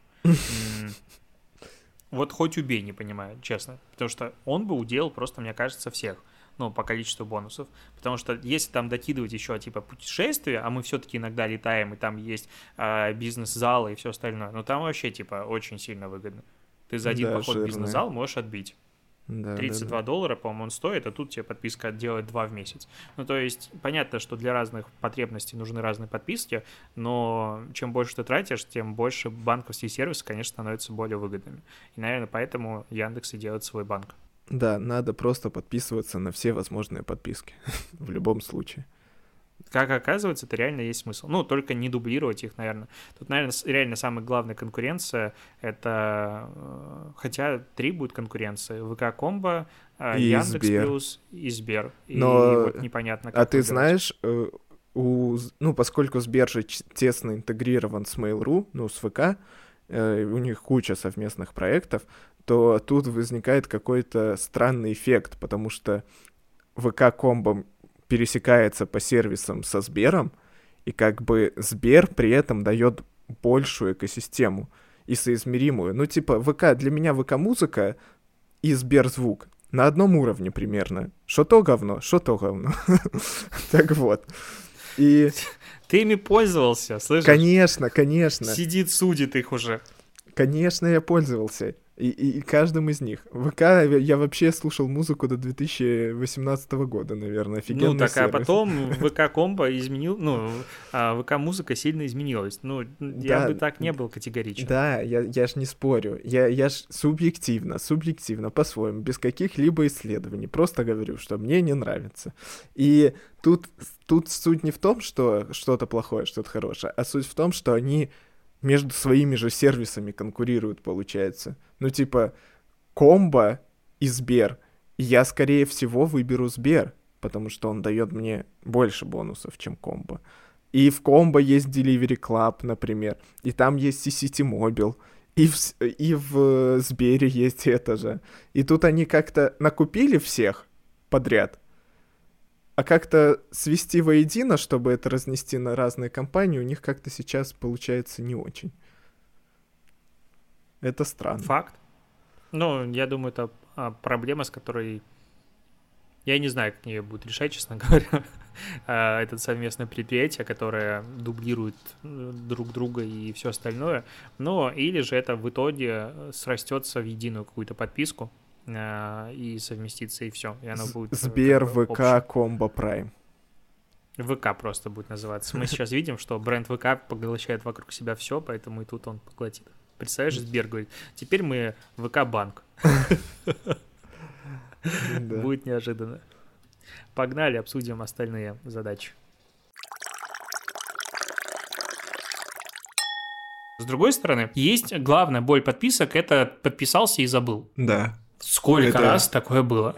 S1: Вот хоть убей, не понимаю, честно. Потому что он бы уделал просто, мне кажется, всех. Ну, по количеству бонусов. Потому что если там докидывать еще, типа, путешествия, а мы все-таки иногда летаем, и там есть бизнес-залы и все остальное, ну, там вообще, типа, очень сильно выгодно. Ты за один поход в бизнес-зал можешь отбить. Да, $32, по-моему, он стоит, а тут тебе подписка делает 2 в месяц. Ну, то есть, понятно, что для разных потребностей нужны разные подписки, но чем больше ты тратишь, тем больше банковские сервисы, конечно, становятся более выгодными. И, наверное, поэтому Яндекс и делает свой банк.
S2: Да, надо просто подписываться на все возможные подписки. В любом случае.
S1: Как оказывается, это реально есть смысл. Ну, только не дублировать их, наверное. Тут, наверное, реально самая главная конкуренция — это... Хотя 3 будет конкуренция. ВК-комбо, Яндекс Плюс и Сбер.
S2: Но...
S1: И вот непонятно, как
S2: ты знаешь, у поскольку Сбер же тесно интегрирован с Mail.ru, с ВК, у них куча совместных проектов, то тут возникает какой-то странный эффект, потому что ВК-комбо пересекается по сервисам со Сбером, и как бы Сбер при этом дает большую экосистему и соизмеримую. Для меня ВК-музыка и Сберзвук на одном уровне примерно. Что то говно. Так вот. И...
S1: Ты ими пользовался, слышишь?
S2: Конечно.
S1: Сидит, судит их уже.
S2: Конечно, я пользовался. И каждым из них. ВК я вообще слушал музыку до 2018 года, наверное. Офигенный сервис.
S1: А потом ВК-комбо изменил, ВК-музыка сильно изменилась. Я бы так не был категоричен.
S2: Да, я ж не спорю. Я ж субъективно, по-своему, без каких-либо исследований. Просто говорю, что мне не нравится. И тут суть не в том, что что-то плохое, что-то хорошее, а суть в том, что они между своими же сервисами конкурируют, получается. Комбо и Сбер. И я, скорее всего, выберу Сбер, потому что он дает мне больше бонусов, чем комбо. И в комбо есть Delivery Club, например, и там есть CCT Mobile, и в Сбере есть это же. И тут они как-то накупили всех подряд, а как-то свести воедино, чтобы это разнести на разные компании, у них как-то сейчас получается не очень. Это странно.
S1: Факт. Я думаю, это проблема, с которой... Я не знаю, как ее будут решать, честно говоря. Это совместное предприятие, которое дублирует друг друга и все остальное. Или же это в итоге срастется в единую какую-то подписку и совместится, и все. И оно будет
S2: Сбер, ВК, Комбо, Прайм.
S1: ВК просто будет называться. Мы сейчас видим, что бренд ВК поглощает вокруг себя все, поэтому и тут он поглотит. Представляешь, Сбер говорит, теперь мы ВК-банк. Будет неожиданно. Погнали, обсудим остальные задачи. С другой стороны, есть главная боль подписок, это подписался и забыл.
S2: Да.
S1: Сколько раз такое было?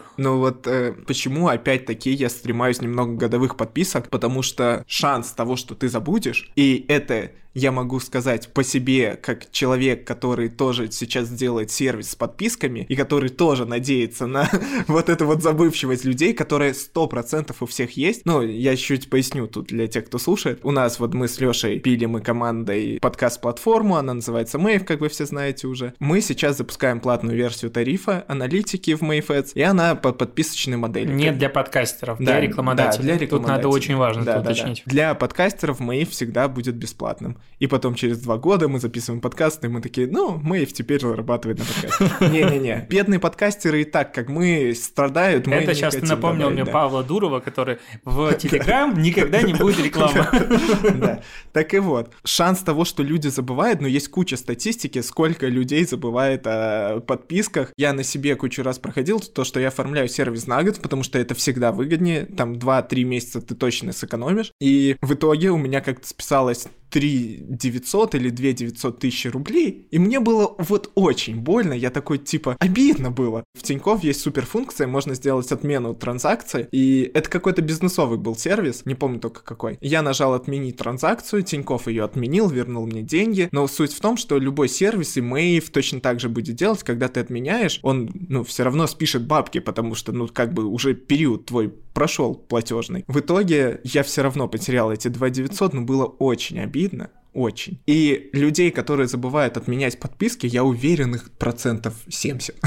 S2: Почему опять-таки я стремаюсь немного годовых подписок, потому что шанс того, что ты забудешь, и это я могу сказать по себе, как человек, который тоже сейчас делает сервис с подписками, и который тоже надеется на эту забывчивость людей, которая 100% у всех есть. Я чуть поясню тут для тех, кто слушает. У нас мы с Лешей пилим и командой подкаст-платформу, она называется Mave, как вы все знаете уже. Мы сейчас запускаем платную версию тарифа, аналитики в Mave Ads, и она по подписочной модели.
S1: Нет для подкастеров, для рекламодателей.
S2: Да, для рекламодателей.
S1: Тут надо очень важно уточнить.
S2: Для подкастеров Mave всегда будет бесплатным. И потом через 2 года мы записываем подкасты, и мы такие, Mave теперь зарабатывает на подкасте. Не-не-не. Бедные подкастеры и так, как мы, страдают.
S1: Это сейчас ты напомнил мне Павла Дурова, который в Telegram никогда не будет рекламы.
S2: Да. Так и вот. Шанс того, что люди забывают, есть куча статистики, сколько людей забывает о подписках. Я на себе кучу раз проходил то, что я оформляю сервис на год, потому что это всегда выгоднее. Там 2-3 месяца ты точно сэкономишь. И в итоге у меня как-то списалось 3 900 или 2 900 тысяч рублей, и мне было очень больно, я такой, обидно было. В Тинькофф есть суперфункция, можно сделать отмену транзакции, и это какой-то бизнесовый был сервис, не помню только какой. Я нажал отменить транзакцию, Тинькофф ее отменил, вернул мне деньги, но суть в том, что любой сервис и Mave точно так же будет делать, когда ты отменяешь, он, все равно спишет бабки, потому что, уже период твой прошел платежный. В итоге я все равно потерял эти 2 900, было очень обидно. Очень. И людей, которые забывают отменять подписки, я уверен, их 70%.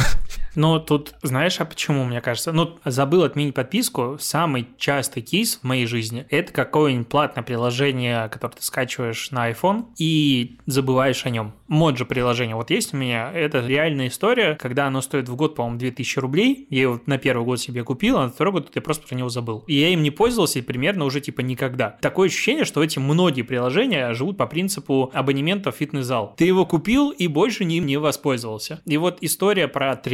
S1: Тут знаешь, почему, мне кажется? Забыл отменить подписку. Самый частый кейс в моей жизни – это какое-нибудь платное приложение, которое ты скачиваешь на iPhone и забываешь о нем. Моджи приложение есть у меня. Это реальная история, когда оно стоит в год, по-моему, 2000 рублей. Я его на первый год себе купил, а на второй год я просто про него забыл. И я им не пользовался примерно уже никогда. Такое ощущение, что эти многие приложения живут по принципу абонемента в фитнес-зал. Ты его купил и больше им не воспользовался. И история про тренинг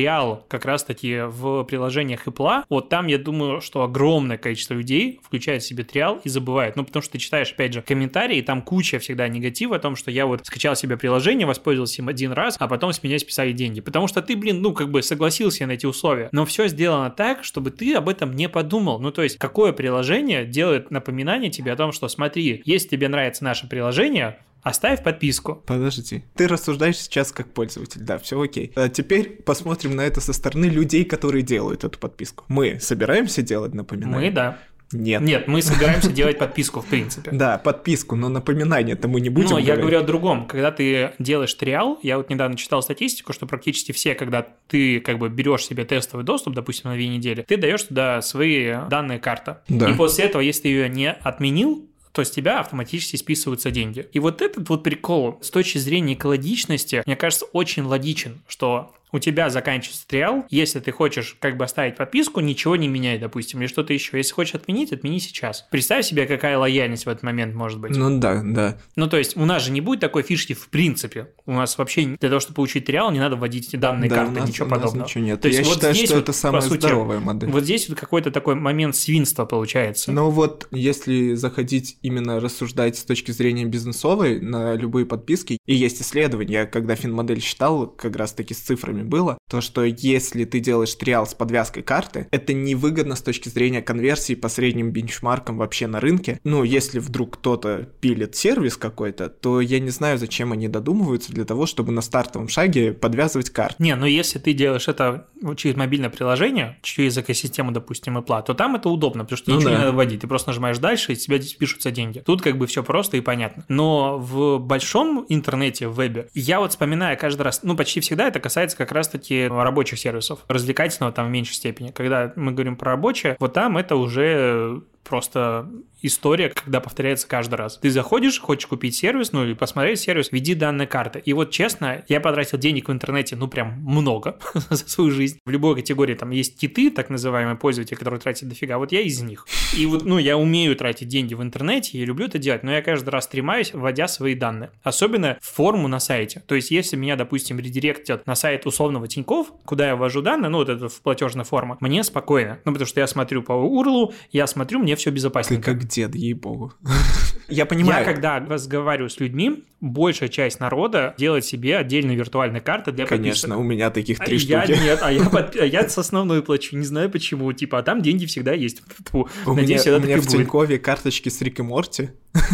S1: триал как раз-таки в приложениях Apple, вот там, я думаю, что огромное количество людей включает в себе триал и забывает. Ну, потому что ты читаешь, опять же, комментарии, и там куча всегда негатива о том, что я вот скачал себе приложение, воспользовался им один раз, а потом с меня списали деньги. Потому что ты, согласился на эти условия. Но все сделано так, чтобы ты об этом не подумал. Ну, то есть, какое приложение делает напоминание тебе о том, что смотри, если тебе нравится наше приложение, оставь подписку.
S2: Подожди. Ты рассуждаешь сейчас как пользователь, да, все окей. А теперь посмотрим на это со стороны людей, которые делают эту подписку. Мы собираемся делать напоминание?
S1: Мы, да.
S2: Нет,
S1: мы собираемся делать подписку, в принципе.
S2: Да, подписку, но напоминание-то мы не будем говорить.
S1: Я говорю о другом. Когда ты делаешь триал, я вот недавно читал статистику, что практически все, когда ты берешь себе тестовый доступ, допустим, на 2 недели, ты даешь туда свои данные карты.
S2: Да.
S1: И после этого, если ты ее не отменил, то с тебя автоматически списываются деньги. И вот этот вот прикол с точки зрения экологичности, мне кажется, очень логичен, что у тебя заканчивается триал, если ты хочешь оставить подписку, ничего не меняй, допустим, или что-то еще. Если хочешь отменить, отмени сейчас. Представь себе, какая лояльность в этот момент может быть.
S2: Ну да.
S1: Ну то есть у нас же не будет такой фишки в принципе. У нас вообще для того, чтобы получить триал, не надо вводить эти данные карты, ничего подобного.
S2: Ничего нет.
S1: То есть
S2: я
S1: вот
S2: считаю,
S1: здесь
S2: что
S1: вот,
S2: это самая здоровая модель.
S1: Вот здесь вот какой-то такой момент свинства получается.
S2: Ну вот, если заходить именно рассуждать с точки зрения бизнесовой на любые подписки, и есть исследования, я когда финмодель считал, как раз таки с цифрами было, то что если ты делаешь триал с подвязкой карты, это невыгодно с точки зрения конверсии по средним бенчмаркам вообще на рынке. Ну, если вдруг кто-то пилит сервис какой-то, то я не знаю, зачем они додумываются для того, чтобы на стартовом шаге подвязывать карты.
S1: Не, ну если ты делаешь это через мобильное приложение, через экосистему, допустим, Apple, то там это удобно, потому что ничего не надо вводить, ты просто нажимаешь дальше, и с тебя спишутся деньги. Тут все просто и понятно. Но в большом интернете, в вебе, я вот вспоминаю каждый раз, почти всегда это касается как раз-таки рабочих сервисов, развлекательного там в меньшей степени. Когда мы говорим про рабочее, вот там это уже просто история, когда повторяется каждый раз. Ты заходишь, хочешь купить сервис, или посмотреть сервис, введи данные карты. И вот честно, я потратил денег в интернете, прям много за свою жизнь. В любой категории там есть киты, так называемые пользователи, которые тратят дофига. Вот я из них. И вот, я умею тратить деньги в интернете, я люблю это делать, но я каждый раз стремаюсь, вводя свои данные. Особенно в форму на сайте. То есть, если меня, допустим, редиректят на сайт условного Тинькофф, куда я ввожу данные, вот это в платежная форма, мне спокойно. Потому что я смотрю по URL, я смотрю, мне все безопасненько.
S2: Ты как дед, ей-богу. Я понимаю.
S1: Я, когда разговариваю с людьми, большая часть народа делает себе отдельные виртуальные карты для подписок.
S2: Конечно, у меня таких 3 штуки.
S1: Нет, я с основной плачу, не знаю почему. А там деньги всегда есть.
S2: У меня в Тинькове карточки с Рик и Морти,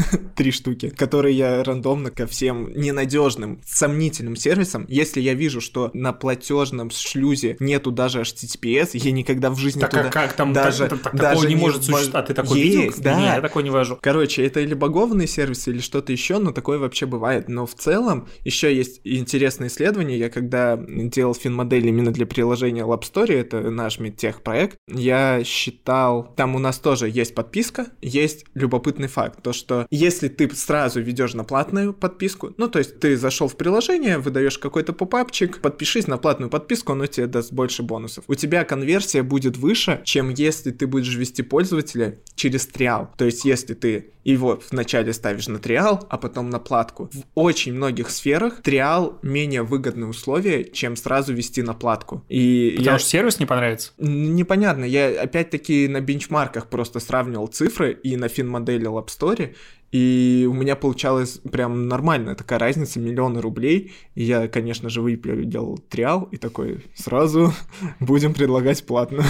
S2: 3 штуки, которые я рандомно ко всем ненадежным, сомнительным сервисам, если я вижу, что на платежном шлюзе нету даже HTTPS, я никогда в жизни
S1: так,
S2: туда...
S1: Так как там
S2: даже
S1: такого не может существовать? А ты такой видел?
S2: Да.
S1: Нет, я такой не вожу.
S2: Короче, это или багованный сервис, или что-то еще, но такое вообще бывает. Но в целом еще есть интересное исследование. Я когда делал финмодель именно для приложения LabStory, это наш медтех-проект, я считал, там у нас тоже есть подписка, есть любопытный факт, то что если ты сразу ведешь на платную подписку, то есть ты зашел в приложение, выдаешь какой-то попапчик, подпишись на платную подписку, оно тебе даст больше бонусов. У тебя конверсия будет выше, чем если ты будешь вести пользователя через триал. То есть если ты его вначале ставишь на триал, а потом на платку. В очень многих сферах триал менее выгодные условия, чем сразу вести на платку.
S1: Потому что сервис не понравится?
S2: Непонятно. Я опять-таки на бенчмарках просто сравнивал цифры и на финмодели LabStory, и у меня получалась прям нормальная такая разница, миллионы рублей. И я, конечно же, выпилил триал и такой, сразу будем предлагать платно.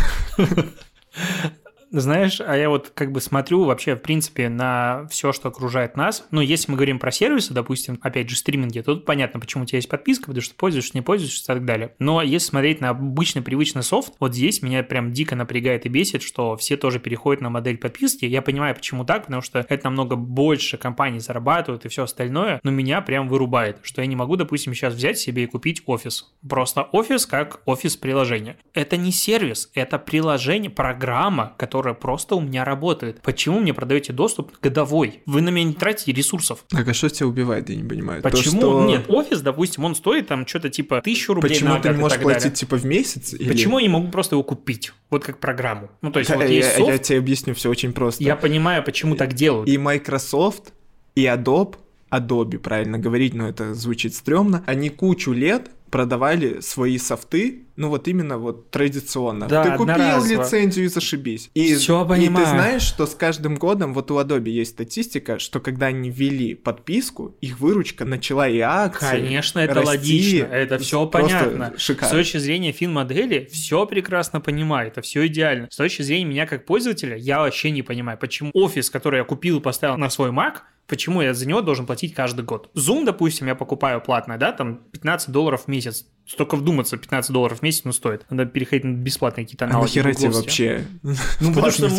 S1: Знаешь, а я вот смотрю вообще, в принципе, на все, что окружает нас. Если мы говорим про сервисы, допустим, опять же, стриминги, то тут понятно, почему у тебя есть подписка, потому что пользуешься, не пользуешься и так далее. Но если смотреть на обычный, привычный софт, вот здесь меня прям дико напрягает и бесит, что все тоже переходят на модель подписки. Я понимаю, почему так, потому что это намного больше компаний зарабатывают и все остальное, но меня прям вырубает, что я не могу, допустим, сейчас взять себе и купить офис. Просто офис как офис приложения. Это не сервис, это приложение, программа, которая просто у меня работает. Почему мне продаете доступ годовой? Вы на меня не тратите ресурсов.
S2: Так, а что тебя убивает, я не понимаю?
S1: Почему?
S2: То, что...
S1: Нет, офис, допустим, он стоит там что-то 1000 рублей
S2: Почему
S1: на год.
S2: Почему ты не можешь платить
S1: далее.
S2: в месяц?
S1: Почему я не могу просто его купить? Вот как программу. То есть вот
S2: есть
S1: софт.
S2: Я тебе объясню, все очень просто.
S1: Я понимаю, почему так делают.
S2: И Microsoft, и Adobe, Adobe, правильно говорить, но это звучит стрёмно, они кучу лет продавали свои софты, ну вот именно вот традиционно.
S1: Да,
S2: ты купил
S1: одноразово.
S2: лицензию и зашибись.
S1: Всё понимаю.
S2: И ты знаешь, что с каждым годом, вот у Adobe есть статистика, что когда они ввели подписку, их выручка начала и акции
S1: Конечно, это
S2: расти.
S1: логично, это все
S2: Просто
S1: понятно.
S2: шикарно.
S1: С точки зрения финмодели все прекрасно понимаю, это все идеально. С точки зрения меня как пользователя, я вообще не понимаю, почему офис, который я купил и поставил на свой Mac, почему я за него должен платить каждый год. Zoom, допустим, я покупаю платно, да, там $15 в месяц. Столько вдуматься, $15 в месяц, стоит. Надо переходить на бесплатные какие-то аналоги.
S2: Нахера тебе вообще?
S1: Ну, потому что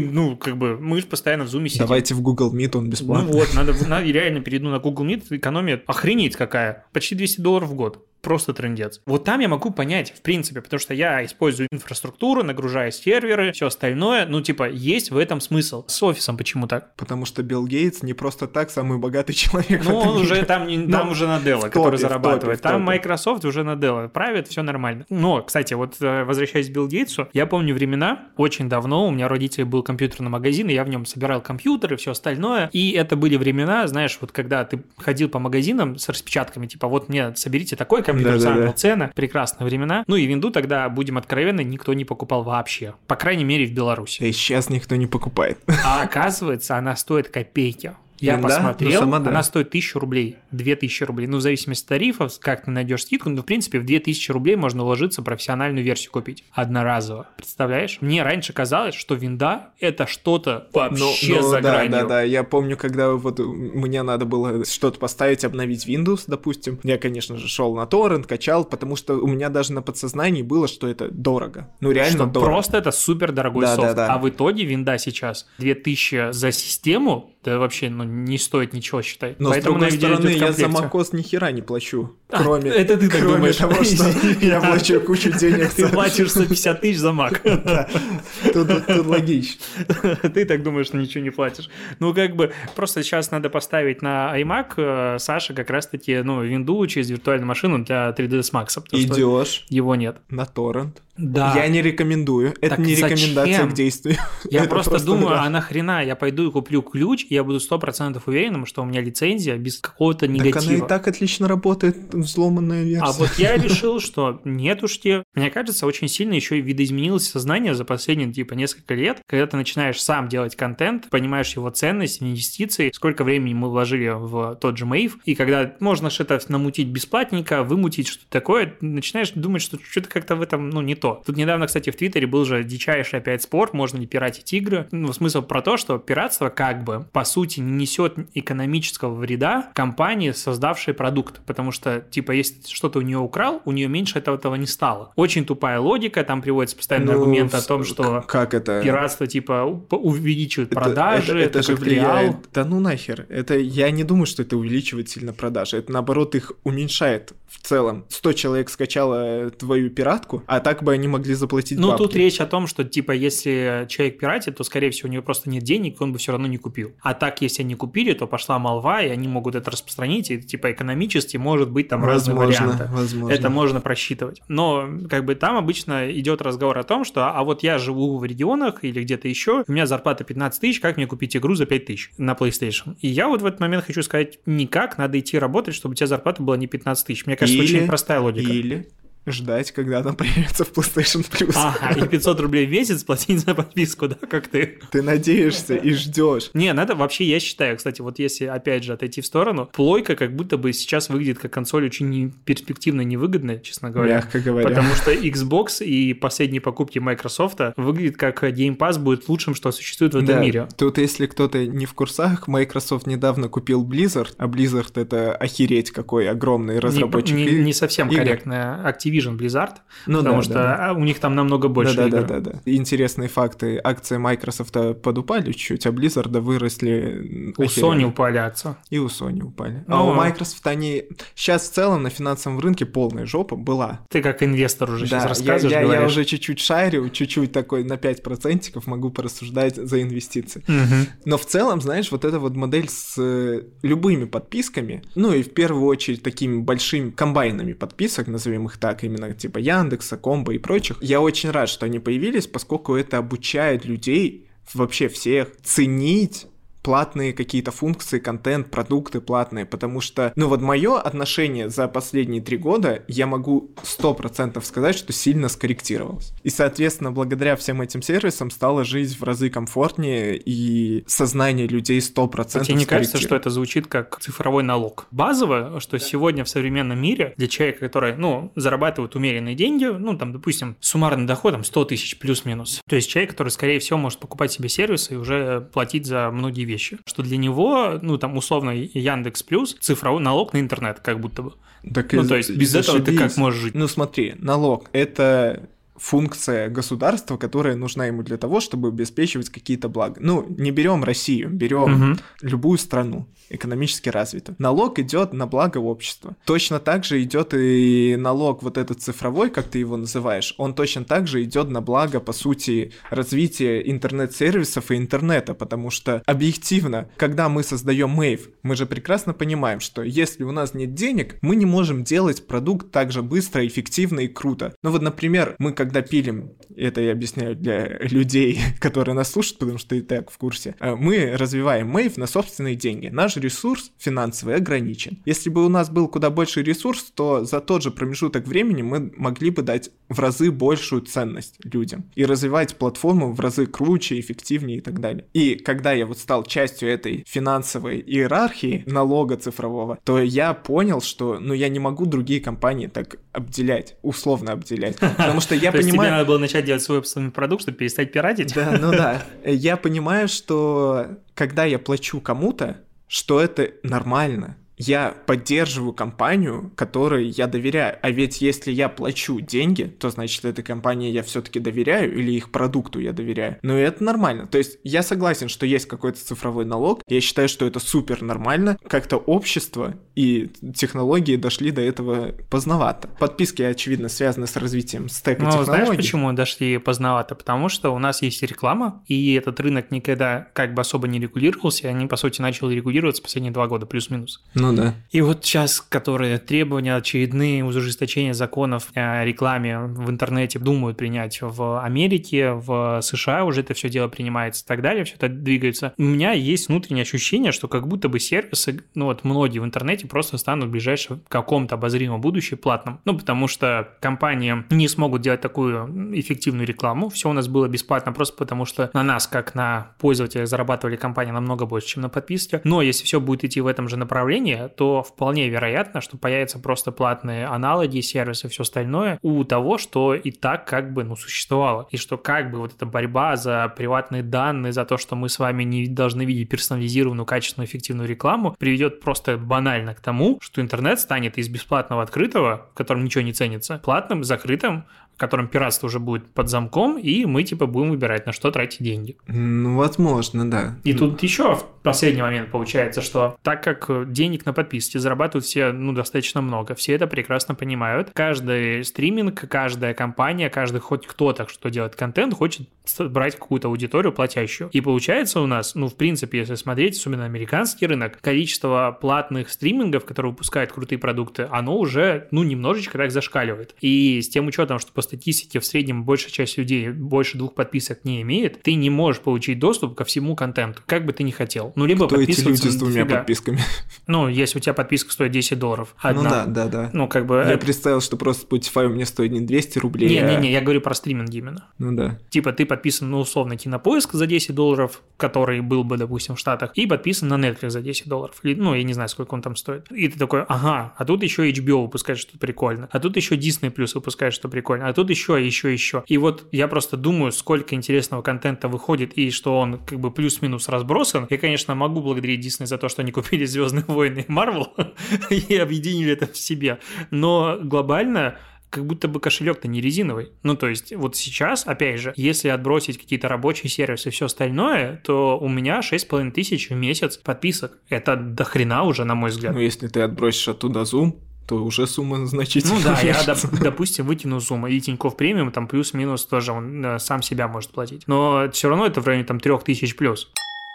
S1: мы же постоянно в Zoom сидим.
S2: Давайте в Google Meet, он бесплатный.
S1: Ну вот, надо реально перейду на Google Meet, экономия охренеть какая. Почти $200 в год. Просто трындец. Вот там я могу понять, в принципе, потому что я использую инфраструктуру, нагружаю серверы, все остальное. Ну, типа, есть в этом смысл. С офисом почему так?
S2: Потому что Билл Гейтс не просто так самый богатый человек.
S1: Ну, он уже там уже Наделла, который зарабатывает. Там Microsoft уже Наделла правит, все нормально. Но, кстати, вот возвращаясь к Биллу Гейтсу, я помню времена, очень давно, у меня родители был компьютерный магазин, и я в нем собирал компьютеры, все остальное. И это были времена, знаешь, вот когда ты ходил по магазинам с распечатками, типа, вот мне соберите такой компьютер, цены, прекрасные времена. Ну и винду тогда, будем откровенны, никто не покупал вообще. По крайней мере, в Беларуси.
S2: И сейчас никто не покупает.
S1: А оказывается, она стоит копейки. Я посмотрел, она стоит 1000 рублей, 2000 рублей. Ну, в зависимости от тарифов, как ты найдешь скидку, но, в принципе, в 2000 рублей можно уложиться, профессиональную версию купить. Одноразово. Представляешь? Мне раньше казалось, что винда – это что-то вообще за гранью.
S2: Да. Я помню, когда вот мне надо было что-то поставить, обновить Windows, допустим. Я, конечно же, шел на торрент, качал, потому что у меня даже на подсознании было, что это дорого. Ну, реально
S1: что
S2: дорого.
S1: Просто это супер дорогой софт. А в итоге винда сейчас 2000 за систему, да вообще, не стоит ничего, считай.
S2: Но
S1: поэтому
S2: с другой стороны, я за macOS ни хера не плачу. Кроме
S1: это ты так думаешь.
S2: Того, что я плачу кучу денег.
S1: Ты платишь 150 тысяч за Mac.
S2: Тут логично.
S1: Ты так думаешь, что ничего не платишь. Ну, как бы, просто сейчас надо поставить на iMac, Саша, как раз-таки, винду через виртуальную машину для 3ds Max.
S2: Идешь.
S1: Его нет.
S2: На торрент.
S1: Да.
S2: Я не рекомендую. Это не рекомендация к действию.
S1: Я просто думаю, а нахрена я пойду и куплю ключ, и я буду 100% уверенным, что у меня лицензия без какого-то негатива.
S2: Так она и так отлично работает, взломанная версия.
S1: А вот я решил, что нет уж те. Мне кажется, очень сильно еще и видоизменилось сознание за последние, несколько лет, когда ты начинаешь сам делать контент, понимаешь его ценность, инвестиции, сколько времени мы вложили в тот же Mave, и когда можно что-то намутить бесплатненько, вымутить что-то такое, начинаешь думать, что что-то как-то в этом, не то. Тут недавно, кстати, в Твиттере был же дичайший опять спор, можно ли пиратить игры. Смысл про то, что пиратство как бы, по сути, не несет экономического вреда компании, создавшей продукт, потому что, если что-то у нее украл, у нее меньше этого не стало. Очень тупая логика, там приводится постоянно аргумент о том, что
S2: как это?
S1: Пиратство, увеличивает продажи,
S2: это же
S1: влиял.
S2: Да ну нахер. Я не думаю, что это увеличивает сильно продажи. Это, наоборот, их уменьшает в целом. 100 человек скачало твою пиратку, а так бы они могли заплатить бабки.
S1: Тут речь о том, что, если человек пиратит, то, скорее всего, у него просто нет денег, он бы все равно не купил. А так, если они купили, то пошла молва, и они могут это распространить, и, экономически, может быть, там разные варианты.
S2: Возможно.
S1: Это можно просчитывать. Но, там обычно идет разговор о том, что, а вот я живу в регионах или где-то еще, у меня зарплата 15 тысяч, как мне купить игру за 5 тысяч на PlayStation? И я вот в этот момент хочу сказать, никак, надо идти работать, чтобы у тебя зарплата была не 15 тысяч. Мне кажется, очень простая логика.
S2: Или ждать, когда она появится в PlayStation Plus.
S1: Ага, и 500 рублей в месяц платить за подписку, да, как ты?
S2: Ты надеешься и ждешь.
S1: Не, надо вообще, я считаю, кстати, вот если, опять же, отойти в сторону, плойка как будто бы сейчас выглядит как консоль очень перспективно невыгодная, честно говоря.
S2: Мягко говоря.
S1: Потому что Xbox и последние покупки Microsoft выглядят как Game Pass будет лучшим, что существует в этом мире.
S2: Тут, если кто-то не в курсах, Microsoft недавно купил Blizzard, а Blizzard — это охереть какой огромный разработчик.
S1: Не совсем корректно. Activision Blizzard, потому что у них там намного больше игр.
S2: Да. Интересные факты. Акции Microsoft подупали чуть-чуть, а Blizzard выросли.
S1: У Sony упали акции.
S2: И у Sony упали. А у Microsoft они... Сейчас в целом на финансовом рынке полная жопа была.
S1: Ты как инвестор уже сейчас рассказываешь,
S2: я уже чуть-чуть шарю, чуть-чуть такой на 5% могу порассуждать за инвестиции. Но в целом, знаешь, вот эта вот модель с любыми подписками, и в первую очередь такими большими комбайнами подписок, назовем их так, именно типа Яндекса, Комбо и прочих. Я очень рад, что они появились, поскольку это обучает людей, вообще всех, ценить платные какие-то функции, контент, продукты платные, потому что, ну вот мое отношение за последние 3 года, я могу 100% сказать, что сильно скорректировалось. И, соответственно, благодаря всем этим сервисам стала жизнь в разы комфортнее, и сознание людей 100%
S1: Тебе не кажется, что это звучит как цифровой налог? Базово, что сегодня в современном мире для человека, который, зарабатывает умеренные деньги, допустим, суммарный доход 100 тысяч плюс-минус. То есть человек, который, скорее всего, может покупать себе сервисы и уже платить за многие вещи. Что для него, условно, Яндекс Плюс, цифровой налог на интернет, как будто бы.
S2: Так
S1: то есть без этого ты как можешь жить?
S2: Смотри, налог – это функция государства, которая нужна ему для того, чтобы обеспечивать какие-то блага. Не берем Россию, берем любую страну экономически развитую. Налог идет на благо общества. Точно так же идет и налог вот этот цифровой, как ты его называешь, он точно так же идет на благо, по сути, развития интернет-сервисов и интернета, потому что объективно, когда мы создаем Wave, мы же прекрасно понимаем, что если у нас нет денег, мы не можем делать продукт так же быстро, эффективно и круто. Например, мы когда пилим, это я объясняю для людей, которые нас слушают, потому что и так в курсе, мы развиваем Wave на собственные деньги. Наш ресурс финансовый ограничен. Если бы у нас был куда больше ресурс, то за тот же промежуток времени мы могли бы дать в разы большую ценность людям и развивать платформу в разы круче, эффективнее и так далее. И когда я стал частью этой финансовой иерархии налога цифрового, то я понял, что я не могу другие компании так обделять, условно обделять, потому что я
S1: То есть
S2: понимаю...
S1: тебе надо было начать делать свой собственный продукт, чтобы перестать пиратить?
S2: Да. Я понимаю, что когда я плачу кому-то, что это нормально. Я поддерживаю компанию, которой я доверяю. А ведь если я плачу деньги, то значит, этой компании я все-таки доверяю или их продукту я доверяю. И это нормально. То есть я согласен, что есть какой-то цифровой налог. Я считаю, что это супер нормально. Как-то общество и технологии дошли до этого поздновато. Подписки, очевидно, связаны с развитием стека технологий.
S1: Знаешь, почему дошли поздновато? Потому что у нас есть реклама, и этот рынок никогда как бы особо не регулировался, и они, по сути, начали регулироваться последние 2 года, плюс-минус.
S2: Да.
S1: И вот сейчас, которые требования, очередные ужесточения законов о рекламе в интернете думают принять в Америке, в США уже это все дело принимается и так далее, все это двигается. У меня есть внутреннее ощущение, что как будто бы сервисы, многие в интернете просто станут в ближайшем каком-то обозримом будущем платным. Потому что компании не смогут делать такую эффективную рекламу. Все у нас было бесплатно просто потому, что на нас, как на пользователях, зарабатывали компании намного больше, чем на подписке. Но если все будет идти в этом же направлении, то вполне вероятно, что появятся просто платные аналоги, сервисы и все остальное у того, что и так как бы существовало. И что как бы вот эта борьба за приватные данные, за то, что мы с вами не должны видеть персонализированную, качественную, эффективную рекламу, приведет просто банально к тому, что интернет станет из бесплатного открытого, в котором ничего не ценится, платным, закрытым, в котором пиратство уже будет под замком, и мы будем выбирать, на что тратить деньги.
S2: Возможно, да.
S1: И тут еще в последний момент получается, что так как денег на подписке зарабатывают все, достаточно много, все это прекрасно понимают. Каждый стриминг, каждая компания, каждый хоть кто-то, кто делает контент, хочет брать какую-то аудиторию платящую. И получается у нас, в принципе, если смотреть, особенно американский рынок, количество платных стримингов, которые выпускают крутые продукты, оно уже, немножечко так зашкаливает. И с тем учетом, что по статистике в среднем большая часть людей больше 2 подписок не имеет, ты не можешь получить доступ ко всему контенту, как бы ты ни хотел. Либо
S2: кто эти люди с 2
S1: нафига.
S2: подписками?
S1: Если у тебя подписка стоит $10.
S2: Одна. Да. Я представил, что просто Spotify у меня стоит не 200 рублей.
S1: Не, я говорю про стриминг именно.
S2: Да.
S1: Типа ты подписан, условно, Кинопоиск за $10, который был бы, допустим, в Штатах, и подписан на Netflix за $10. Я не знаю, сколько он там стоит. И ты такой, ага, а тут еще HBO выпускает что-то прикольно, а тут еще Disney Plus выпускает что-то прикольно, а тут еще. И вот я просто думаю, сколько интересного контента выходит, и что он как бы плюс-минус разбросан. Я, конечно, могу благодарить Disney за то, что они купили «Звездные войны» и Marvel и объединили это в себе. Но глобально как будто бы кошелек-то не резиновый. То есть вот сейчас, опять же, если отбросить какие-то рабочие сервисы и все остальное, то у меня 6500 в месяц подписок. Это до хрена уже, на мой взгляд.
S2: Если ты отбросишь оттуда Zoom, то уже сумма значительно
S1: я, допустим, вытяну сумму, и Тинькофф премиум, там плюс-минус тоже он сам себя может платить. Но все равно это в районе 3000 плюс.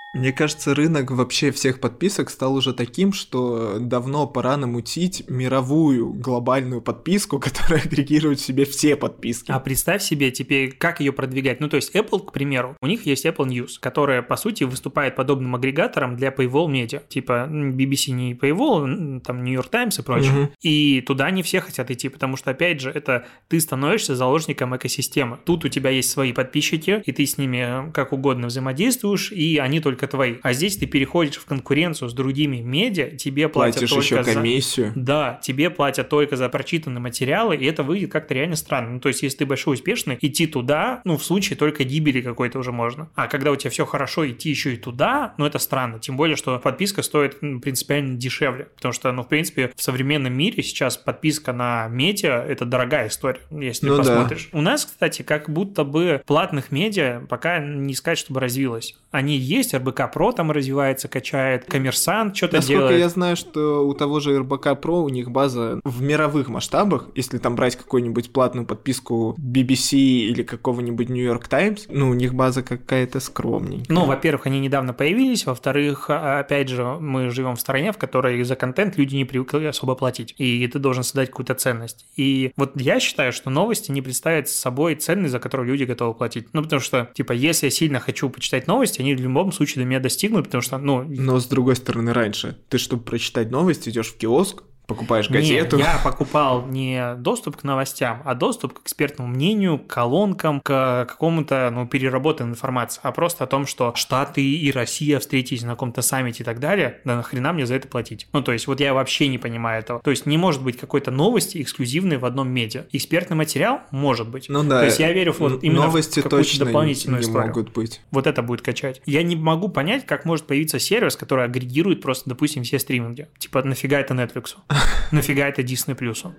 S2: Мне кажется, рынок вообще всех подписок стал уже таким, что давно пора намутить мировую глобальную подписку, которая агрегирует в себе все подписки.
S1: А представь себе теперь, как ее продвигать. Ну, то есть Apple, к примеру, у них есть Apple News, которая, по сути, выступает подобным агрегатором для Paywall медиа. Типа BBC не Paywall, там New York Times и прочее. Угу. И туда не все хотят идти, потому что, опять же, это ты становишься заложником экосистемы. Тут у тебя есть свои подписчики, и ты с ними как угодно взаимодействуешь, и они только твои. А здесь ты переходишь в конкуренцию с другими медиа, тебе платят только
S2: еще комиссию.
S1: Да, тебе платят только за прочитанные материалы, и это выглядит как-то реально странно. Ну, то есть, если ты большой успешный, идти туда, ну, в случае только гибели какой-то уже можно. А когда у тебя все хорошо, идти еще и туда, ну, это странно. Тем более, что подписка стоит принципиально дешевле. Потому что, ну, в принципе, в современном мире сейчас подписка на медиа – это дорогая история, если ты посмотришь. Да. У нас, кстати, как будто бы платных медиа пока не сказать, чтобы развилось. Они есть, РБК Про там развивается, качает, Коммерсант что-то делает.
S2: Насколько я знаю, что у того же РБК Про у них база в мировых масштабах, если там брать какую-нибудь платную подписку BBC или какого-нибудь New York Times, ну, у них база какая-то скромненькая.
S1: Ну, во-первых, они недавно появились, во-вторых, опять же, мы живем в стране, в которой за контент люди не привыкли особо платить, и ты должен создать какую-то ценность. И вот я считаю, что новости не представляют собой ценность, за которую люди готовы платить. Ну, потому что, типа, если я сильно хочу почитать новости, они в любом случае до меня достигнут, потому что, ну...
S2: Но, с другой стороны, раньше ты, чтобы прочитать новости, идешь в киоск, покупаешь газету.
S1: Нет, я покупал не доступ к новостям, а доступ к экспертному мнению, к колонкам, к какому-то, ну, переработанной информации, а просто о том, что Штаты и Россия встретились на каком-то саммите и так далее, да нахрена мне за это платить? Ну, то есть, вот я вообще не понимаю этого. То есть, не может быть какой-то новости эксклюзивной в одном медиа. Экспертный материал может быть.
S2: Ну да.
S1: То есть, я верю вот именно
S2: новости
S1: в какую-то
S2: точно
S1: дополнительную
S2: не
S1: историю.
S2: могут быть.
S1: Вот это будет качать. Я не могу понять, как может появиться сервис, который агрегирует просто, допустим, все стриминги. Типа, нафига это Netflix? Нафига это Disney+.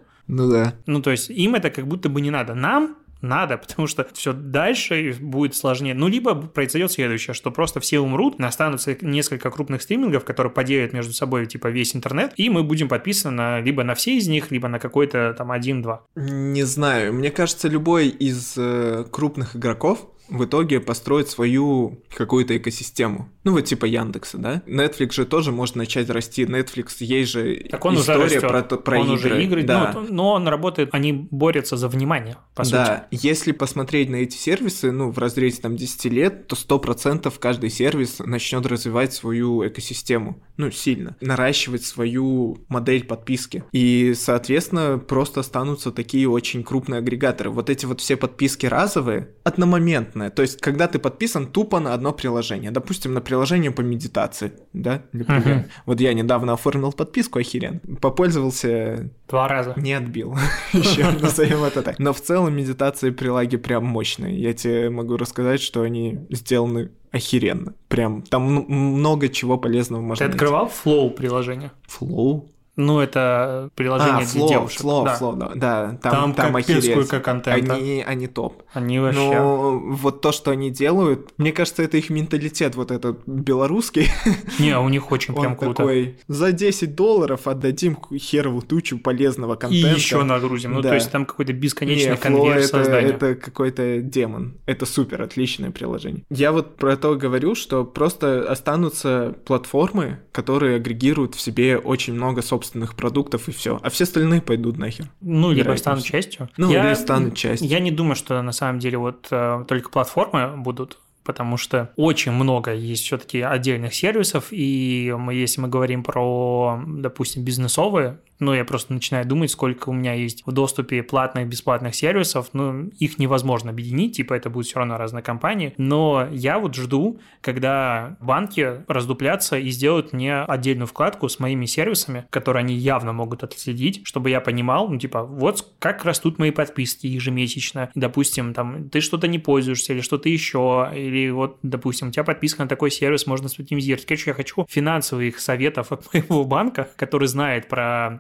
S2: Ну да.
S1: Ну, то есть, им это как будто бы не надо. Нам надо, потому что все дальше будет сложнее. Ну, либо произойдет следующее, что просто все умрут, останутся несколько крупных стримингов, которые поделят между собой, типа, весь интернет, и мы будем подписаны либо на все из них, либо на какой-то там 1-2.
S2: Не знаю. Мне кажется, любой из крупных игроков в итоге построить свою какую-то экосистему. Ну, вот типа Яндекса, да? Netflix же тоже может начать расти. Netflix, есть же
S1: так он
S2: история
S1: уже
S2: про
S1: он
S2: игры.
S1: Уже игры,
S2: да.
S1: но он работает, они борются за внимание, по сути.
S2: Да, если посмотреть на эти сервисы, ну, в разрезе там 10 лет, то 100% каждый сервис начнет развивать свою экосистему, ну, сильно, наращивать свою модель подписки. И, соответственно, просто останутся такие очень крупные агрегаторы. Вот эти вот все подписки разовые, одномоментные. То есть, когда ты подписан тупо на одно приложение, допустим, на приложение по медитации, да, например. Вот я недавно оформил подписку, охеренно. Попользовался...
S1: 2 раза.
S2: Не отбил. Еще назовем это так. Но в целом медитации прилаги прям мощные. Я тебе могу рассказать, что они сделаны охеренно. Прям там много чего полезного можно найти.
S1: Ты открывал Flow приложение?
S2: Flow?
S1: Ну, это приложение для девушек.
S2: Flow, да. Там
S1: капец сколько контента.
S2: Они топ.
S1: Они вообще...
S2: Но вот то, что они делают, мне кажется, это их менталитет вот этот белорусский.
S1: Не, у них очень прям круто.
S2: Такой, за $10 отдадим херову тучу полезного контента.
S1: И еще нагрузим. Ну, то есть там какой-то бесконечный конвейер создания.
S2: Это какой-то демон. Это супер, отличное приложение. Я вот про то говорю, что просто останутся платформы, которые агрегируют в себе очень много собственных продуктов и все, а все остальные пойдут нахер.
S1: Ну, либо станут частью.
S2: Или станут частью.
S1: Я не думаю, что на самом деле вот только платформы будут, потому что очень много есть все-таки отдельных сервисов, и если мы говорим про, допустим, бизнесовые, ну, я просто начинаю думать, сколько у меня есть в доступе платных, бесплатных сервисов, ну, их невозможно объединить, типа это будут все равно разные компании, но я вот жду, когда банки раздуплятся и сделают мне отдельную вкладку с моими сервисами, которые они явно могут отследить, чтобы я понимал, ну, типа, вот как растут мои подписки ежемесячно, допустим, там, ты что-то не пользуешься или что-то еще, или вот, допустим, у тебя подписка на такой сервис, можно соптимизировать. Короче, я хочу финансовых советов от моего банка, который знает про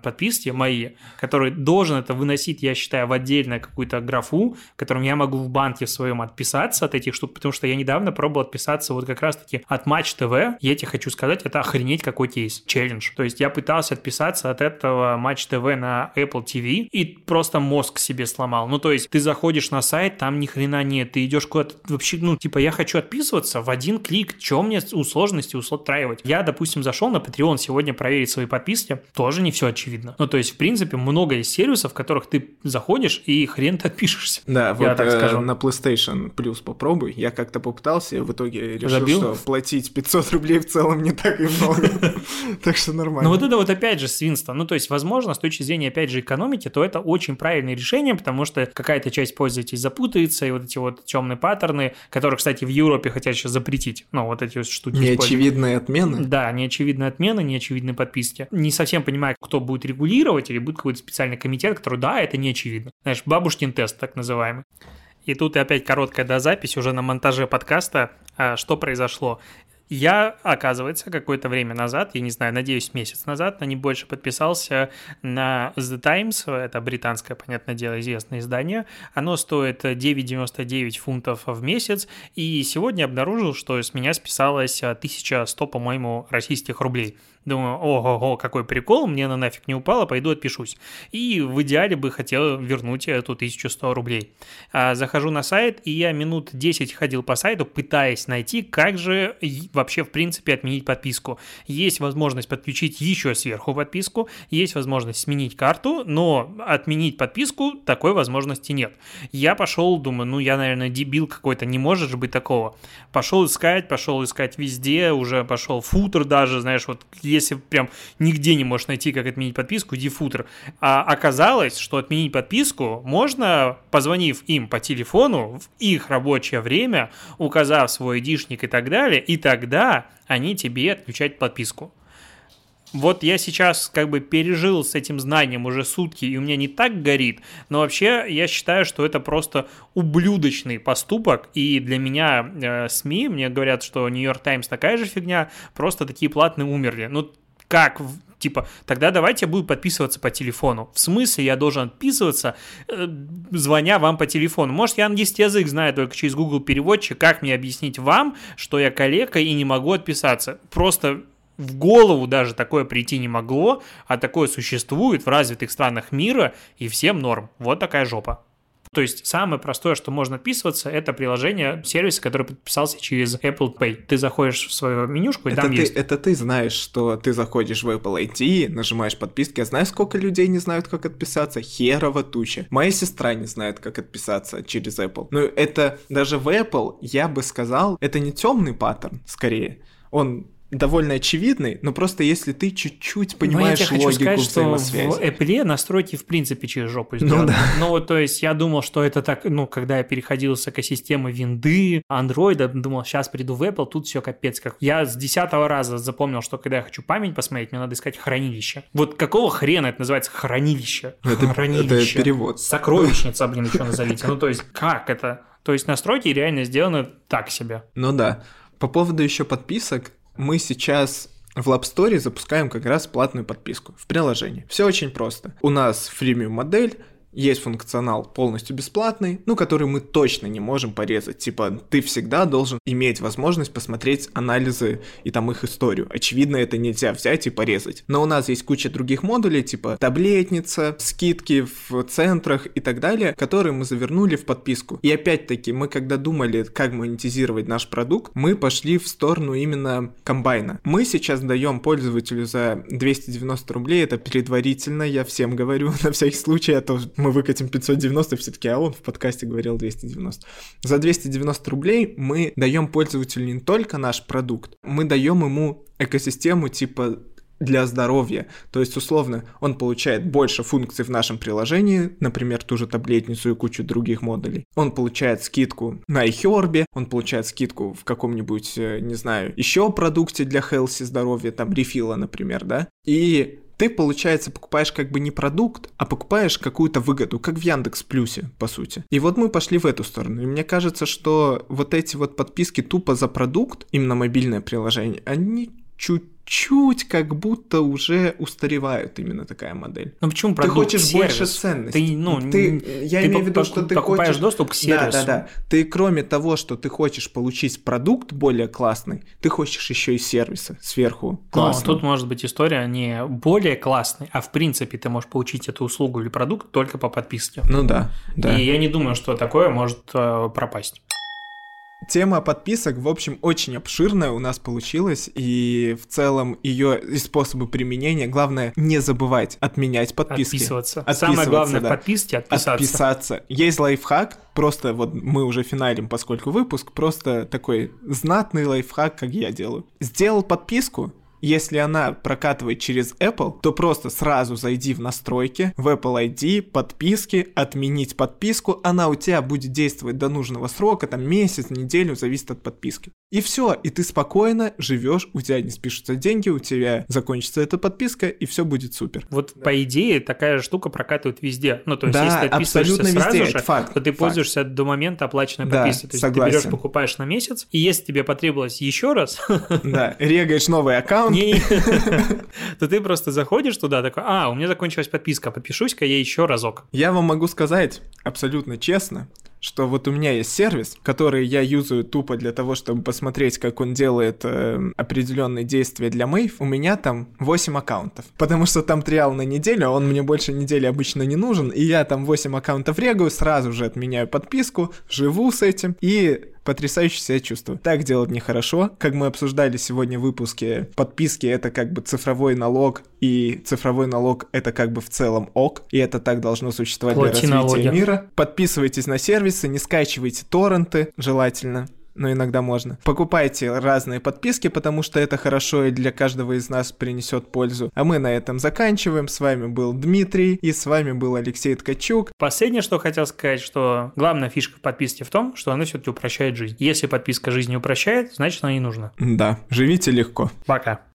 S1: подписки мои, который должен это выносить, я считаю, в отдельную какую-то графу, которым я могу в банке в своем отписаться от этих штук, потому что я недавно пробовал отписаться вот как раз-таки от Матч ТВ. Я тебе хочу сказать, это охренеть какой кейс, челлендж. То есть я пытался отписаться от этого Матч ТВ на Apple TV и просто мозг себе сломал. Ну, то есть ты заходишь на сайт, там ни хрена нет, ты идешь куда-то вообще, ну, типа, я хочу отписываться в один клик, чего мне у сложности устраивать? Я, допустим, зашел на Patreon сегодня проверить свои подписки, тоже не все очевидно. Ну, то есть, в принципе, много есть сервисов, в которых ты заходишь и хрен ты отпишешься.
S2: Да,
S1: я
S2: вот
S1: так скажу.
S2: На PlayStation Plus попробуй. Я как-то попытался, и в итоге решил,
S1: Забил?
S2: что платить 500 рублей в целом не так и много. Так что нормально.
S1: Ну, вот это вот опять же свинство. Ну, то есть, возможно, с точки зрения, опять же, экономики, то это очень правильное решение, потому что какая-то часть пользователей запутается, и вот эти вот темные паттерны, которые, кстати, в Европе хотят сейчас запретить, ну, вот эти вот штуки.
S2: Неочевидные отмены?
S1: Да, неочевидные отмены, неочевидные подписки. Не совсем понимаю, кто будет регулировать, или будет какой-то специальный комитет, который, да, это не очевидно. Знаешь, бабушкин тест, так называемый. И тут опять короткая дозапись уже на монтаже подкаста. Что произошло? Я, оказывается, какое-то время назад, я не знаю, надеюсь, месяц назад, но не больше, подписался на The Times, это британское, понятное дело, известное издание. Оно стоит 9,99 фунтов в месяц, и сегодня обнаружил, что с меня списалось 1100, по-моему, российских рублей. Думаю, ого-го, какой прикол, мне она нафиг не упала, пойду отпишусь. И в идеале бы хотел вернуть эту 1100 рублей. Захожу на сайт, и я минут 10 ходил по сайту, пытаясь найти, как же вообще, в принципе, отменить подписку. Есть возможность подключить еще сверху подписку, есть возможность сменить карту, но отменить подписку такой возможности нет. Я пошел, думаю, ну я, наверное, дебил какой-то, не может же быть такого. Пошел искать везде, уже пошел футер даже, знаешь, вот если прям нигде не можешь найти, как отменить подписку, иди в футер. А оказалось, что отменить подписку можно, позвонив им по телефону в их рабочее время, указав свой айдишник и так далее, и тогда они тебе отключают подписку. Вот я сейчас как бы пережил с этим знанием уже сутки, и у меня не так горит, но вообще я считаю, что это просто ублюдочный поступок, и для меня СМИ, мне говорят, что New York Times такая же фигня, просто такие платные умерли. Ну как, типа, тогда давайте я буду подписываться по телефону. В смысле я должен отписываться, звоня вам по телефону? Может, я английский язык знаю только через Google переводчик, как мне объяснить вам, что я калека и не могу отписаться? Просто в голову даже такое прийти не могло, а такое существует в развитых странах мира, и всем норм. Вот такая жопа. То есть самое простое, что можно отписываться, это приложение, сервис, который подписался через Apple Pay. Ты заходишь в свою менюшку, и там есть.
S2: Это ты знаешь, что ты заходишь в Apple ID, нажимаешь подписки, а знаешь, сколько людей не знают, как отписаться? Херова туча. Моя сестра не знает, как отписаться через Apple. Ну, это даже в Apple, я бы сказал, это не темный паттерн, скорее. Он довольно очевидный, но просто если ты чуть-чуть понимаешь логику взаимосвязи.
S1: В Apple настройки в принципе через жопу сделаны.
S2: Ну, да.
S1: Ну вот, то есть я думал, что это так, ну, когда я переходил с экосистемы винды, андроида, думал, сейчас приду в Apple, тут все капец как. Я с 10-го раза запомнил, что когда я хочу память посмотреть, мне надо искать хранилище. Вот какого хрена это называется хранилище?
S2: Хранилище. Это перевод.
S1: Сокровищница, блин, еще назовите. Ну, то есть, как это? То есть настройки реально сделаны так себе.
S2: Ну да. По поводу еще подписок, мы сейчас в App Store запускаем как раз платную подписку в приложении. Все очень просто. У нас фримиум модель, есть функционал полностью бесплатный, ну, который мы точно не можем порезать. Типа, ты всегда должен иметь возможность посмотреть анализы и там их историю. Очевидно, это нельзя взять и порезать. Но у нас есть куча других модулей, типа таблетница, скидки в центрах и так далее, которые мы завернули в подписку. И опять-таки, мы когда думали, как монетизировать наш продукт, мы пошли в сторону именно комбайна. Мы сейчас даем пользователю за 290 рублей, это предварительно, я всем говорю, на всякий случай, а то мы выкатим 590, все-таки, а он в подкасте говорил 290. За 290 рублей мы даем пользователю не только наш продукт, мы даем ему экосистему типа для здоровья. То есть, условно, он получает больше функций в нашем приложении, например, ту же таблетницу и кучу других модулей. Он получает скидку на iHerb, он получает скидку в каком-нибудь, не знаю, еще продукте для healthy здоровья, там, рефила, например, да? И ты, получается, покупаешь как бы не продукт, а покупаешь какую-то выгоду, как в Яндекс.Плюсе, по сути. И вот мы пошли в эту сторону. И мне кажется, что вот эти вот подписки тупо за продукт, именно мобильное приложение, они чуть-чуть чуть-чуть как будто уже устаревает именно такая модель.
S1: Ну почему
S2: ты
S1: продукт?
S2: Хочешь
S1: сервис.
S2: больше ценностей.
S1: Я
S2: имею в виду, что ты
S1: покупаешь
S2: хочешь...
S1: доступ к сервису.
S2: Да. Ты кроме того, что ты хочешь получить продукт более классный, ты хочешь еще и сервиса сверху классного.
S1: Тут может быть история не более классной, а в принципе ты можешь получить эту услугу или продукт только по подписке.
S2: Ну да.
S1: И я не думаю, что такое может пропасть.
S2: Тема подписок, в общем, очень обширная у нас получилась, и в целом ее и способы применения, главное, не забывать отменять подписки.
S1: Отписываться. Самое главное в подписке —
S2: отписаться. Есть лайфхак, просто вот мы уже финалим, поскольку выпуск, просто такой знатный лайфхак, как я делаю. Сделал подписку, если она прокатывает через Apple, то просто сразу зайди в настройки, в Apple ID, подписки, отменить подписку, она у тебя будет действовать до нужного срока, там месяц, неделю, зависит от подписки. И все, и ты спокойно живешь, у тебя не спишутся деньги, у тебя закончится эта подписка, и все будет супер.
S1: Вот по идее такая же штука прокатывает везде. Ну, то есть, если ты
S2: абсолютно
S1: отписываешься сразу
S2: везде,
S1: же,
S2: факт,
S1: то ты пользуешься до момента оплаченной подписки. То есть
S2: согласен.
S1: ты берешь, покупаешь на месяц, и если тебе потребовалось еще раз...
S2: Да, регаешь новый аккаунт.
S1: То ты просто заходишь туда, такой, у меня закончилась подписка, подпишусь-ка я еще разок.
S2: Я вам могу сказать абсолютно честно, что вот у меня есть сервис, который я юзаю тупо для того, чтобы посмотреть, как он делает определенные действия для Мэйв. У меня там 8 аккаунтов, потому что там триал на неделю, а он мне больше недели обычно не нужен, и я там 8 аккаунтов регаю, сразу же отменяю подписку, живу с этим и... потрясающе себя чувствую. Так делать нехорошо. Как мы обсуждали сегодня в выпуске, подписки — это как бы цифровой налог, и цифровой налог — это как бы в целом ок, и это так должно существовать для развития мира. Подписывайтесь на сервисы, не скачивайте торренты, желательно. Но иногда можно. Покупайте разные подписки, потому что это хорошо и для каждого из нас принесет пользу. А мы на этом заканчиваем. С вами был Дмитрий, и с вами был Алексей Ткачук.
S1: Последнее, что хотел сказать, что главная фишка подписки в том, что она все-таки упрощает жизнь. Если подписка жизнь не упрощает, значит она не нужна.
S2: Да, живите легко.
S1: Пока.